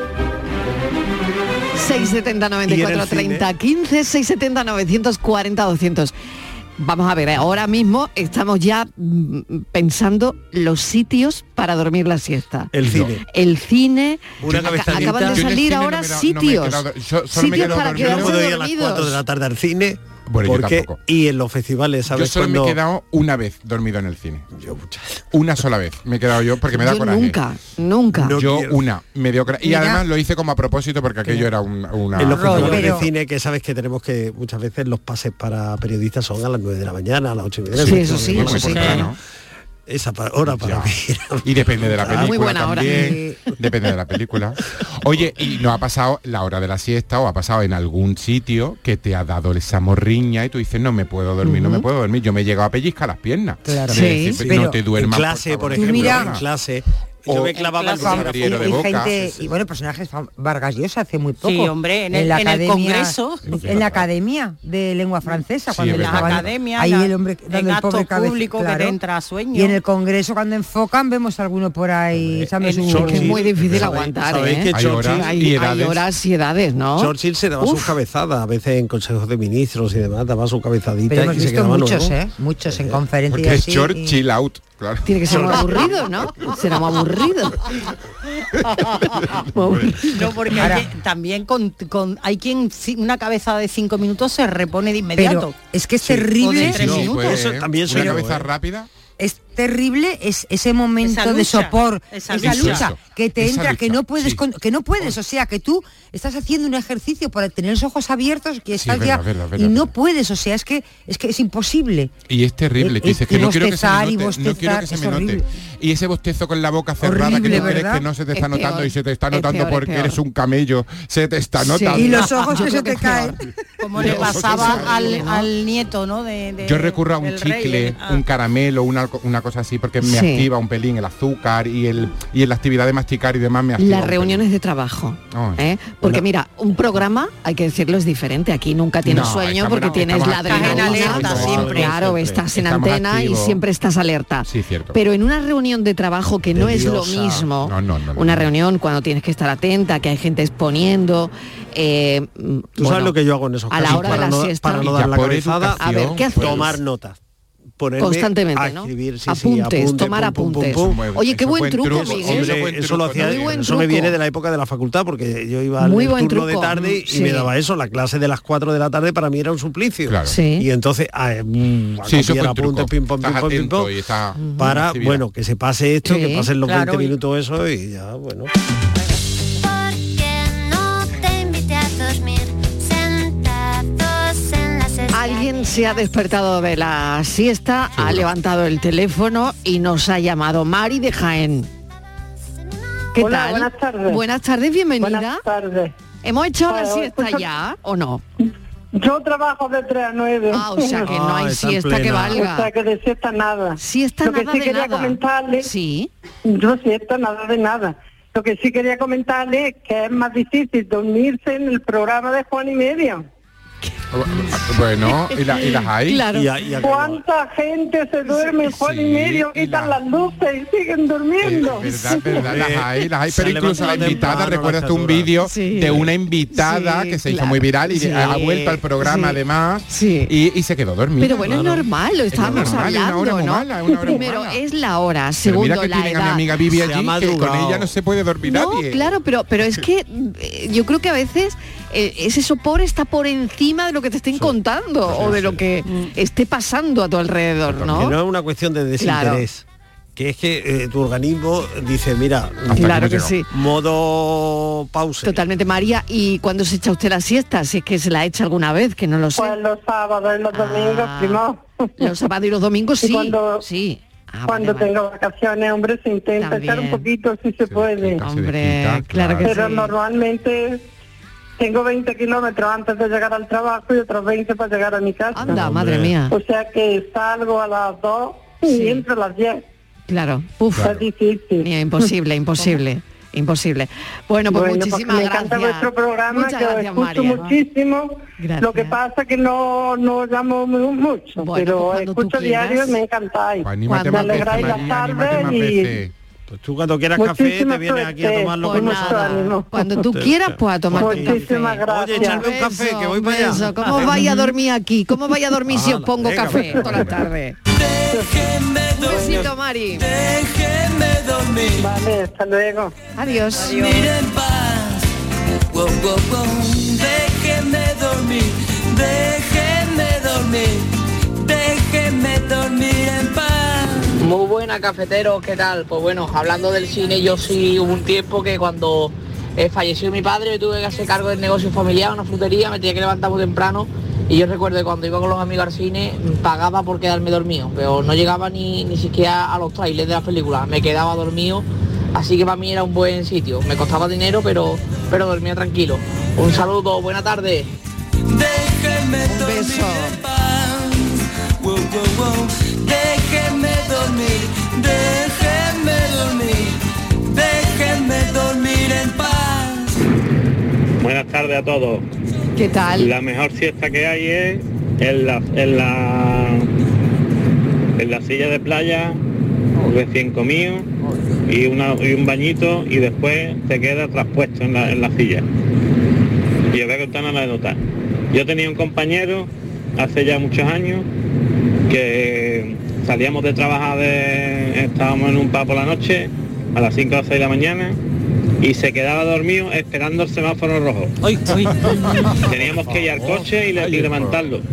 670 94 30 15, 670 940 200. Vamos a ver, ahora mismo estamos ya pensando los sitios para dormir la siesta. El cine. Una cabezadita. Acaban de salir ahora sitios. Sitios para quedarse no puedo ir a las dormidos. 4 de la tarde al cine. Bueno, yo tampoco. Y en los festivales, ¿sabes? Yo solo me he quedado una vez dormido en el cine. Yo muchas. Una sola vez me he quedado yo porque me da coraje. Nunca. Una, me dio coraje. Y además lo hice como a propósito porque aquello era una... En los festivales de cine, que sabes que tenemos que muchas veces los pases para periodistas son a las 9 de la mañana, a las 8:30. Sí, eso sí. Esa hora para mí. Y depende de la película. Muy buena también. Depende de la película. Oye, ¿y no ha pasado la hora de la siesta o ha pasado en algún sitio que te ha dado esa morriña y tú dices, no me puedo dormir, no me puedo dormir? Yo me he llegado a pellizcar las piernas. Claro. Sí, no te duermas. En clase, por ejemplo. En clase. Yo me clavaba y bueno, personajes Vargas Llosa hace muy poco. Sí, hombre, en el Congreso. En la Academia de Lengua Francesa. Cuando en las academias, ahí el hombre en actos públicos que te entra a sueño. Y en el Congreso cuando enfocan vemos a alguno por ahí. ¿sabes? Es muy difícil aguantar, ¿eh? Hay horas y edades, ¿no? Churchill se daba sus cabezadas, a veces en consejos de ministros y demás, daba su cabezadita. Pero hemos y se visto quedaba muchos en conferencias. Porque es Churchill out. Claro. Tiene que ser muy aburrido, ¿no? Será muy aburrido. No, porque también hay quien una cabezada de 5 minutos se repone de inmediato. Pero es que es terrible. O de 3 minutos. Eso también una cabeza rápida. Es terrible ese momento de sopor, esa lucha que te entra, que no puedes, que no puedes, o sea, que tú estás haciendo un ejercicio para tener los ojos abiertos, que estás y no puedes, o sea, es que es imposible. Y es terrible, tú dices que no quiero que se me note, no quiero que se me note. Y ese bostezo con la boca cerrada que tú crees que no se te está notando y se te está notando porque eres un camello, se te está notando. Y los ojos que se te caen. Como le pasaba al nieto, ¿no? Yo recurro a un chicle, un caramelo, una cosa así, porque me activa un pelín el azúcar y en la actividad de masticar y demás me activa. Las reuniones de trabajo, porque mira, un programa, hay que decirlo, es diferente. Aquí nunca tienes sueño porque tienes la adrenalina siempre. Claro, estás en antena activos. Y siempre estás alerta. Sí, cierto. Pero en una reunión de trabajo que no es lo mismo, una reunión cuando tienes que estar atenta, que hay gente exponiendo. ¿Tú sabes lo que yo hago en esos casos? A la hora de la siesta. Para no dar la cabezada, a ver, ¿qué haces? Tomar notas. Constantemente, a ¿no? escribir, apuntes, tomar apuntes. Oye, qué buen truco, Miguel. Hombre, eso lo hacía, eso me viene de la época de la facultad, porque yo iba al turno de tarde y me daba eso, la clase de las 4 de la tarde para mí era un suplicio. Claro. Y entonces a copiar apuntes, pim pam, para, bueno, que se pase esto, que pasen los 20 minutos eso y ya, bueno. Porque no te invité a tus Alguien se ha despertado de la siesta, ha levantado el teléfono y nos ha llamado. Mari de Jaén. ¿Qué Hola, tal? buenas tardes. Buenas tardes, bienvenida. Buenas tardes. ¿Hemos echado la Bueno, siesta escucha- ya o no? Yo trabajo de 3 a 9. Ah, o sea que no hay siesta que valga. O sea que de siesta nada. Siesta Lo que nada sí de quería nada. comentarle. Sí. Yo siesta nada de nada. Lo que sí quería comentarle es que es más difícil dormirse en el programa de Juan y Medio. Bueno, ¿y las hay? Claro. ¿Cuánta gente se duerme en Juan y Medio? Quitan las luces y siguen durmiendo. Verdad, las hay, Se pero incluso la levantado invitada, temprano, recuerdas la tú un estatura. vídeo Sí. de una invitada Sí, que se hizo claro. muy viral y Sí. ha vuelto al programa Sí. además Sí. y se quedó dormida. Pero bueno, es normal, lo estábamos normal, es una hablando, hora muy ¿no? mala, es una hora muy Primero, mala. es la hora. Pero Segundo, mira que la tienen edad. a mi amiga Vivi allí, que con ella no se puede dormir No, nadie. claro, pero es que yo creo que a veces ese sopor está por encima de lo que te estén contando o de lo que esté pasando a tu alrededor, Que ¿no? no es una cuestión de desinterés. Que es que tu organismo dice, mira, Claro que sí. modo pausa. Totalmente, María. ¿Y cuándo se echa usted la siesta? Si es que se la echa alguna vez, que no lo sé. Pues los sábados y los domingos, primo. Los sábados y los domingos Y sí. cuando- Sí. Cuando tengo vacaciones, hombre, se intenta echar un poquito si se puede. Hombre, claro que Pero sí. normalmente tengo 20 kilómetros antes de llegar al trabajo y otros 20 para llegar a mi casa. Anda, madre mía. O sea que salgo a las 2 y entro a las 10. Claro. Uf. Es difícil. Imposible, imposible. Imposible. Bueno, pues Bueno, muchísimas me gracias. encanta vuestro programa, Muchas que lo gracias, escucho María. muchísimo. Gracias. Lo que pasa que no llamo mucho, pero pues escucho diario y me encantáis. anímate Me más veces, alegráis las María, anímate tardes más y... veces. Pues tú cuando quieras café Muchísima te vienes aquí a suerte. tomarlo Pues con nada. nosotros. Cuando tú quieras, pues a tomar un café. Muchísimas gracias. Oye, echarme un café, que voy para allá. Beso. ¿Cómo os vais a dormir aquí? ¿Cómo vais a dormir si os pongo venga, café pues. toda la tarde? Besito, Mari. Déjenme dormir. Vale, hasta luego. Adiós. Miren paz. Wow, wow, wow. Déjenme dormir. Déjenme dormir. Déjenme dormir en paz. Muy buena, cafeteros, ¿qué tal? Pues bueno, hablando del cine, yo sí hubo un tiempo que cuando falleció mi padre, me tuve que hacer cargo del negocio familiar, una frutería, me tenía que levantar muy temprano y yo recuerdo que cuando iba con los amigos al cine pagaba por quedarme dormido, pero no llegaba ni siquiera a los trailers de las películas, me quedaba dormido, así que para mí era un buen sitio, me costaba dinero, pero dormía tranquilo. Un saludo, buena tarde. Déjenme Un beso. Wow, wow, wow. Déjenme dormir, déjenme dormir, déjenme dormir en paz. Buenas tardes a todos. ¿Qué tal? La mejor siesta que hay es en la silla de playa, recién comido y un bañito y después te queda traspuesto en la silla. Y os voy a contar una anécdota. Yo tenía un compañero hace ya muchos años que salíamos de trabajar, estábamos en un pub por la noche a las 5 o 6 de la mañana y se quedaba dormido esperando el semáforo rojo. Teníamos que ir al coche y levantarlo.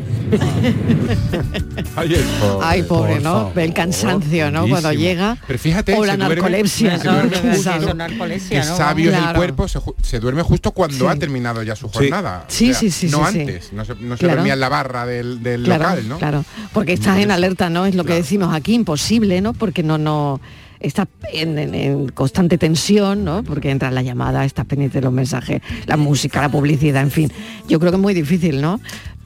Ay, pobre, ¿no? El cansancio, ¿no? Cuando llega. Pero fíjate, o la se duerme- narcolepsia. se duerme Eso, justo, eso, que sabio es el Claro. cuerpo, se duerme justo cuando Sí. ha terminado ya su jornada. Sí, O sea, sí, sí, no sí, antes, sí. no se Claro. dormía en la barra del Claro, local, ¿no? claro. Porque estás en alerta, ¿no? Es lo que decimos aquí, imposible, ¿no? Porque no estás en constante tensión, ¿no? Porque entran las llamadas, estás pendiente de los mensajes, la música, la publicidad, en fin. Yo creo que es muy difícil, ¿no?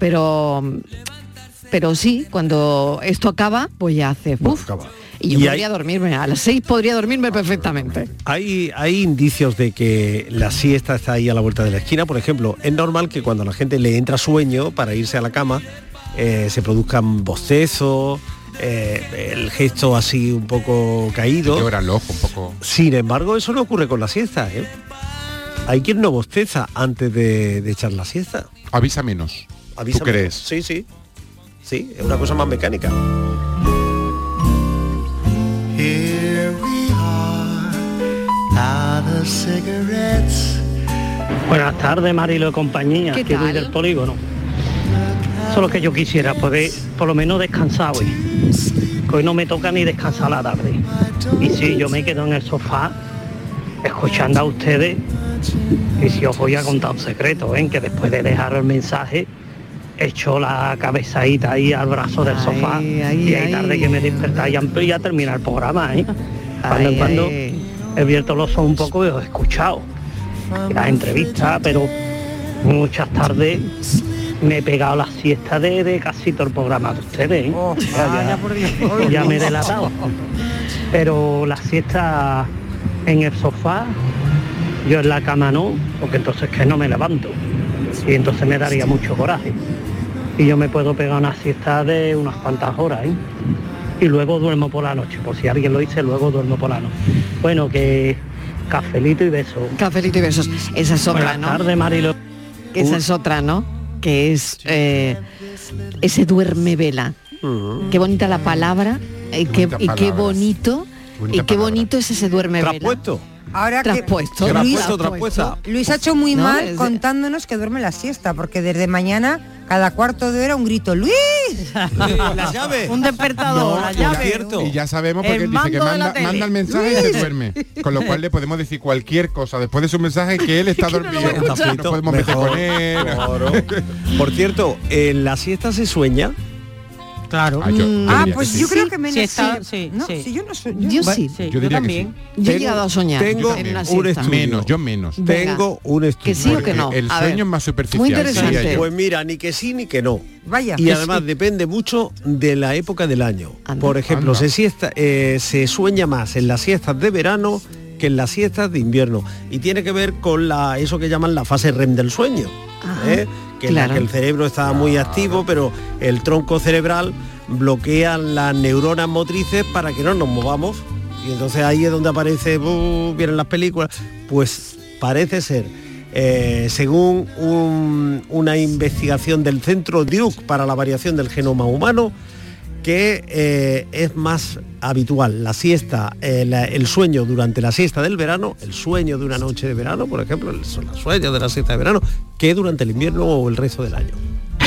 Pero sí, cuando esto acaba, pues ya haces ¡buf! Y yo Y podría dormirme, a las 6 podría dormirme perfectamente. Hay indicios de que la siesta está ahí a la vuelta de la esquina. Por ejemplo, es normal que cuando a la gente le entra sueño para irse a la cama, se produzcan bostezos, el gesto así un poco caído. Llora el ojo un poco. Sin embargo, eso no ocurre con la siesta, ¿eh? Hay quien no bosteza antes de echar la siesta. Avisa menos. Avisa ¿Tú crees? menos. Sí, sí. Sí, es una cosa más mecánica. Here we are, out of cigarettes. Buenas tardes, Marilo y compañía, ¿Qué que voy tal? del polígono. Solo que yo quisiera poder por lo menos descansar hoy. Que hoy no me toca ni descansar a la tarde. Y sí, yo me quedo en el sofá escuchando a ustedes. Y si os voy a contar un secreto, que después de dejar el mensaje, echo la cabezadita ahí al brazo del sofá y hay tarde que me despertaba y ya termina el programa, ¿eh? Cuando en cuando he abierto los ojos un poco y os he escuchado las entrevistas, pero muchas tardes me he pegado la siesta de casi todo el programa de ustedes, ¿eh? Ya me he delatado. Pero la siesta en el sofá, yo en la cama no, porque entonces que no me levanto. Y entonces me daría mucho coraje. Y yo me puedo pegar una siesta de unas cuantas horas, ¿eh? Y luego duermo por la noche. Por si alguien lo dice, luego duermo por la noche. Bueno, que cafelito y besos. Cafelito y besos. Esa es otra, ¿no? Buenas tardes, Marilo. Esa es otra, ¿no? Que es ese duerme vela. Qué bonita la palabra. Y qué bonito. Y qué bonito es ese duerme vela. ¿Traspuesto? Ahora traspuesto, Luis ha hecho muy mal contándonos que duerme la siesta, porque desde mañana, cada cuarto de hora, un grito, ¡Luis! La llave. Un despertador, la llave. Y ya sabemos porque él dice que manda el mensaje y se duerme. Con lo cual le podemos decir cualquier cosa después de su mensaje que él está dormido. No podemos meter con él. Por cierto, en la siesta se sueña. Claro. Pues yo creo que menos yo también. Yo he llegado a soñar. Tengo en una un siesta. estudio. Yo menos. Tengo un estudio. ¿Que sí o que no? El A sueño ver, es más superficial. muy interesante. Pues mira, ni que sí ni que no. Vaya. Y además depende mucho de la época del año. Por ejemplo, se sueña más en las siestas de verano que en las siestas de invierno. Y tiene que ver con eso que llaman la fase REM del sueño. Que en la que el cerebro está muy activo, pero el tronco cerebral bloquea las neuronas motrices para que no nos movamos. Y entonces ahí es donde aparece, vienen las películas. Pues parece ser, según una investigación del Centro Duke para la variación del genoma humano, que es más habitual la siesta, el sueño durante la siesta del verano, el sueño de una noche de verano, por ejemplo, el sueño de la siesta de verano, que durante el invierno o el resto del año.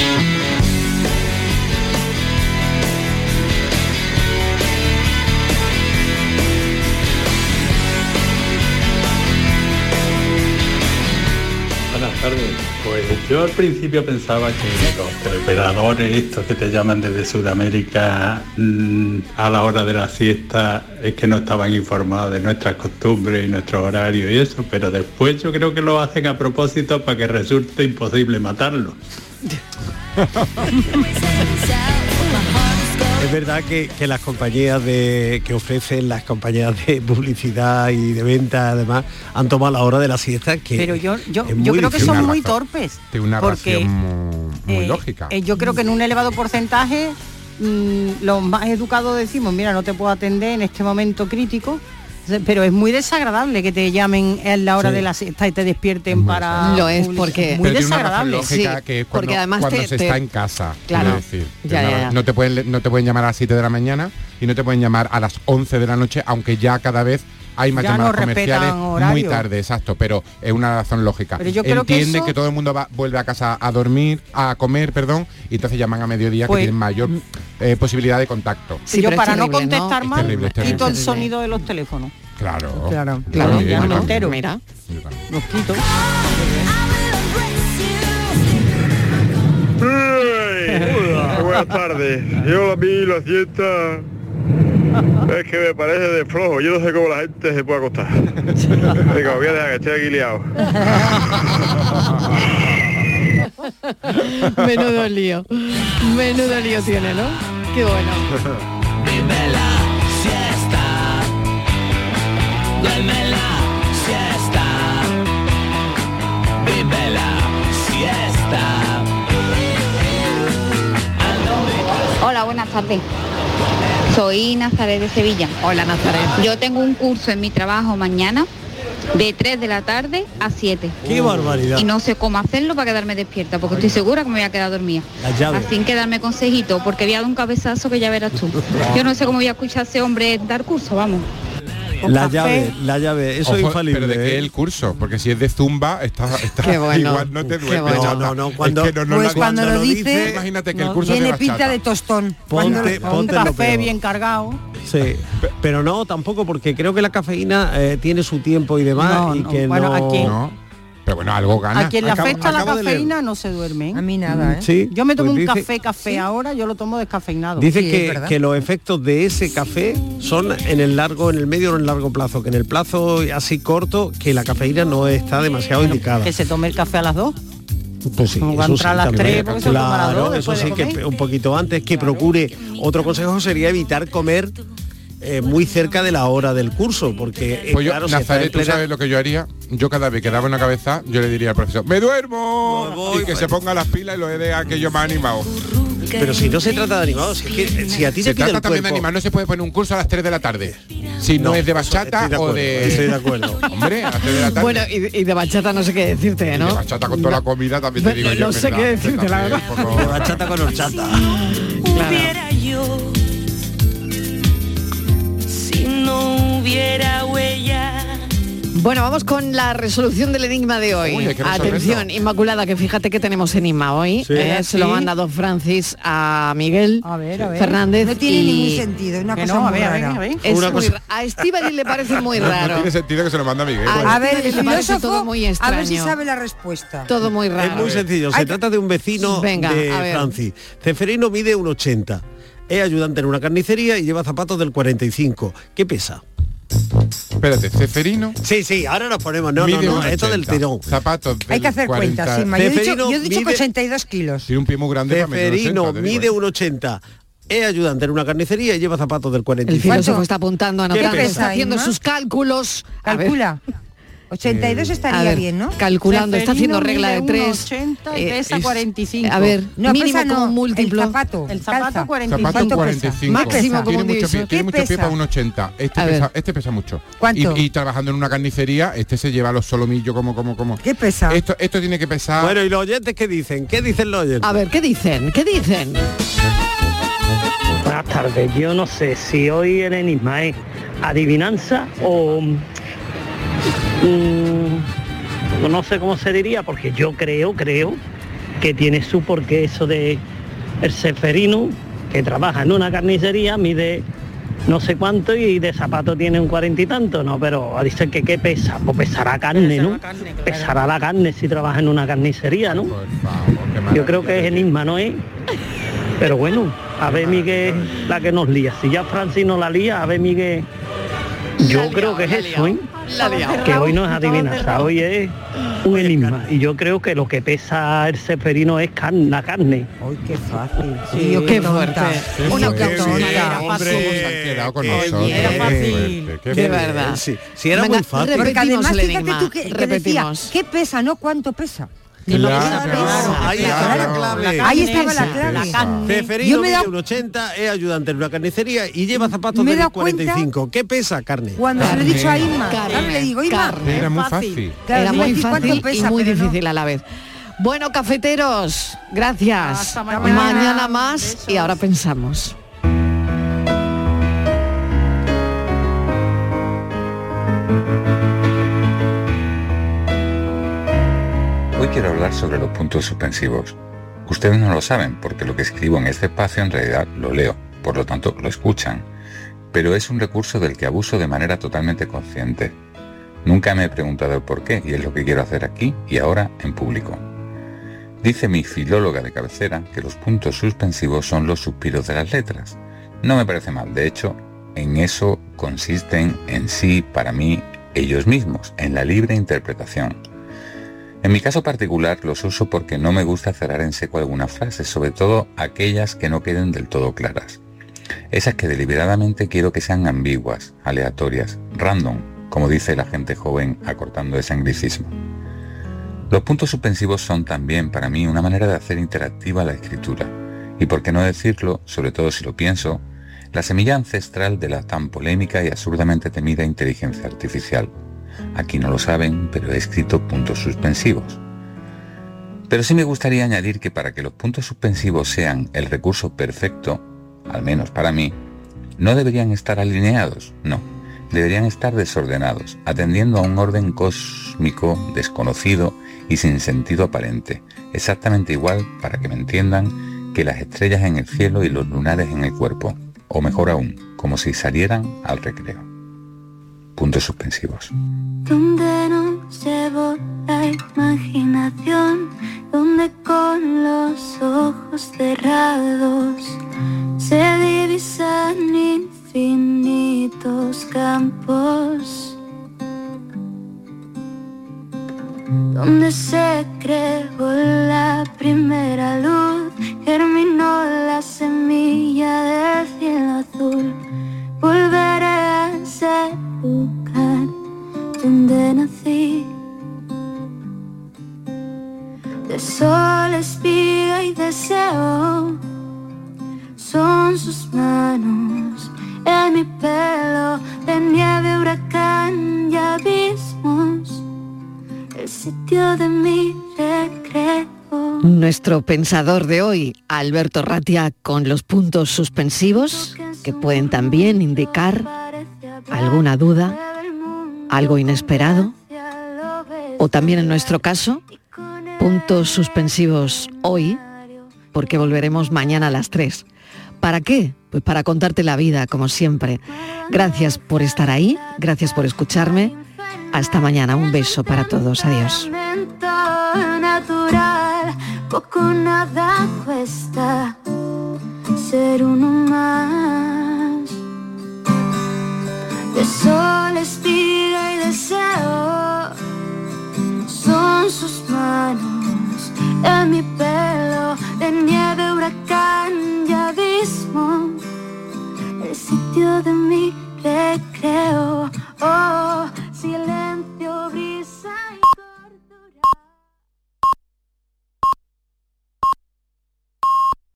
Pues yo al principio pensaba que los teleoperadores estos que te llaman desde Sudamérica a la hora de la siesta es que no estaban informados de nuestras costumbres y nuestros horarios y eso, pero después yo creo que lo hacen a propósito para que resulte imposible matarlo. Es verdad que las compañías que ofrecen las compañías de publicidad y de venta además han tomado la hora de la siesta, que pero yo creo que son muy torpes. Tiene una razón muy lógica. Yo creo que en un elevado porcentaje los más educados decimos, mira, no te puedo atender en este momento crítico. Pero es muy desagradable que te llamen en la hora de la siesta y te despierten para... Lo es porque... Muy desagradable. Lógica, que es porque además cuando se está en casa. Claro. Decir, Ya. No te pueden llamar a las 7 de la mañana y no te pueden llamar a las 11 de la noche, aunque ya cada vez hay más llamadas comerciales muy tarde, exacto, pero es una razón lógica. Pero yo creo Entienden que todo el mundo vuelve a casa a comer, y entonces llaman a mediodía, que tienen mayor posibilidad de contacto. Sí, yo para no contestar ¿no? mal, es terrible. quito el sonido de los teléfonos. Claro. Ya no entero. Mira, los quito. Buenas tardes. Yo a mí la siesta es que me parece de flojo. Yo no sé cómo la gente se puede acostar. Venga, voy a dejar que estoy aquí liado. Menudo lío tiene, ¿no? Qué bueno. Vive la siesta, duerme la siesta, vive la siesta. Hola, buenas tardes. Soy Nazaret de Sevilla. Hola, Nazaret. Yo tengo un curso en mi trabajo mañana de 3 de la tarde a 7. ¡Qué barbaridad! Y no sé cómo hacerlo para quedarme despierta, porque estoy segura que me voy a quedar dormida. Así que darme consejito, porque voy a dar un cabezazo que ya verás tú. Yo no sé cómo voy a escuchar a ese hombre dar curso, vamos. La llave, eso es infalible. Pero de qué el curso, porque si es de zumba, está igual no te duermes. No, cuando lo dice, imagínate que el curso tiene pinta de tostón. Ponte un café bien cargado. Sí, pero no, tampoco, porque creo que la cafeína tiene su tiempo y demás. Aquí Pero bueno, algo gana. A quien le afecta la cafeína no se duerme. A mí nada, ¿eh? Sí, yo me tomo pues un café ahora, yo lo tomo descafeinado. Dice que los efectos de ese café son en el medio o en el largo plazo, que en el plazo así corto, que la cafeína no está demasiado indicada. Que se tome el café a las 2. Pues sí, va a entrar a las 3, porque se toma a las 2. Eso sí, que un poquito antes, que procure. Otro consejo sería evitar comer muy cerca de la hora del curso, porque pues claro, Nazaret, ¿tú sabes lo que yo haría? Yo cada vez que daba una cabeza, yo le diría al profesor, ¡me duermo! Y que se ponga las pilas y lo de aquello más animado. Pero si no se trata de animados, si a ti te pide el trata también de animar, no se puede poner un curso a las 3 de la tarde. Si no es de bachata o de... Estoy de acuerdo. Hombre, a las 3 de la tarde. Bueno, y de bachata no sé qué decirte, ¿no? De bachata con toda la comida también te digo yo. No sé qué decirte, la verdad. De bachata con horchata. Hubiera yo, si no hubiera huella. Bueno, vamos con la resolución del enigma de hoy. Uy, atención, Inmaculada, que fíjate que tenemos enigma hoy. Sí. Se lo ha mandado Francis a Miguel Fernández. No tiene ningún sentido, una cosa muy rara. A Estíbaliz le parece muy raro. No tiene sentido que se lo manda a Miguel. A ver, el filósofo, todo muy extraño. a ver si sabe la respuesta. Todo muy raro. Es muy sencillo, se trata de un vecino de Francis. Ceferino mide 1,80. Es ayudante en una carnicería y lleva zapatos del 45. ¿Qué pesa? Espérate, Ceferino. Sí, ahora nos ponemos. No, esto del tirón. Zapatos del Hay que hacer 40, cuentas, Inma. Yo he dicho que 82 kilos. Tiene un pie muy grande. Ceferino mide 1,80. Es ayudante en una carnicería y lleva zapatos del 45. El filósofo está apuntando, anotando, está haciendo sus cálculos. Calcula. 82 estaría bien, ¿no? Calculando, está haciendo regla de 3. 80 y pesa 45. A ver, no, mínimo pesa como un múltiplo. El zapato 45. Zapato 45. Máximo como un divisor. Tiene mucho pie para un 80. Este pesa mucho. ¿Cuánto? Y trabajando en una carnicería, este se lleva los solomillos como. ¿Qué pesa? Esto tiene que pesar. Bueno, ¿y los oyentes qué dicen? ¿Qué dicen los oyentes? A ver, ¿qué dicen? Buenas tardes. Yo no sé si hoy el enigma es adivinanza o... no sé cómo se diría, porque yo creo que tiene su porqué eso de el Ceferino, que trabaja en una carnicería, mide no sé cuánto y de zapato tiene un 40 y tanto, ¿no? Pero dicen que ¿qué pesa? Pues pesará carne, ¿no? Pesará la carne si trabaja en una carnicería, ¿no? Yo creo que es enigma, ¿no es? Pero bueno, a ver Miguel la que nos lía. Si ya Francis no la lía, a ver Miguel. Yo creo que es eso, ¿eh? Que hoy no es adivinanza, hoy es un enigma. Y yo creo que lo que pesa el Ceferino es la carne. ¡Ay, qué fácil! Sí, qué fuerte. Una hombre, era con nosotros. Era fácil. De verdad. Sí, era muy fácil. Porque además, fíjate tú que decía, repetimos. ¿qué pesa, no cuánto pesa? Ahí estaba la clave. Ceferino mide 1,80, es ayudante en una carnicería y lleva zapatos del 45. ¿Qué pesa? Carne. Cuando se lo he dicho a Inma, le digo, Inma, era muy fácil. Era muy fácil y muy difícil a la vez. Bueno, cafeteros, gracias. Hasta mañana. Mañana más. Besos. Y ahora pensamos. Hoy quiero hablar sobre los puntos suspensivos. Ustedes no lo saben porque lo que escribo en este espacio en realidad lo leo, por lo tanto lo escuchan. Pero es un recurso del que abuso de manera totalmente consciente. Nunca me he preguntado el por qué y es lo que quiero hacer aquí y ahora en público. Dice mi filóloga de cabecera que los puntos suspensivos son los suspiros de las letras. No me parece mal, de hecho, en eso consisten en sí, para mí, ellos mismos, en la libre interpretación. En mi caso particular los uso porque no me gusta cerrar en seco algunas frases, sobre todo aquellas que no queden del todo claras. Esas que deliberadamente quiero que sean ambiguas, aleatorias, random, como dice la gente joven acortando ese anglicismo. Los puntos suspensivos son también para mí una manera de hacer interactiva la escritura, y por qué no decirlo, sobre todo si lo pienso, la semilla ancestral de la tan polémica y absurdamente temida inteligencia artificial. Aquí no lo saben, pero he escrito puntos suspensivos. Pero sí me gustaría añadir que para que los puntos suspensivos sean el recurso perfecto, al menos para mí, no deberían estar alineados, no, deberían estar desordenados, atendiendo a un orden cósmico, desconocido y sin sentido aparente, exactamente igual, para que me entiendan, que las estrellas en el cielo y los lunares en el cuerpo, o mejor aún, como si salieran al recreo. Puntos suspensivos. Donde nos llevó la imaginación, donde con los ojos cerrados se divisan infinitos campos, donde se creó la primera luz, germinó la semilla del cielo azul. Volveré a ese lugar donde nací, de sol, espiga y deseo. Son sus manos en mi pelo, de nieve, huracán y abismos, el sitio de mi recreo. Nuestro pensador de hoy, Alberto Ratia, con los puntos suspensivos, que pueden también indicar alguna duda, algo inesperado, o también en nuestro caso, puntos suspensivos hoy, porque volveremos mañana a las 3. ¿Para qué? Pues para contarte la vida, como siempre. Gracias por estar ahí, gracias por escucharme. Hasta mañana, un beso para todos, adiós. Natural, poco nada cuesta ser un humano.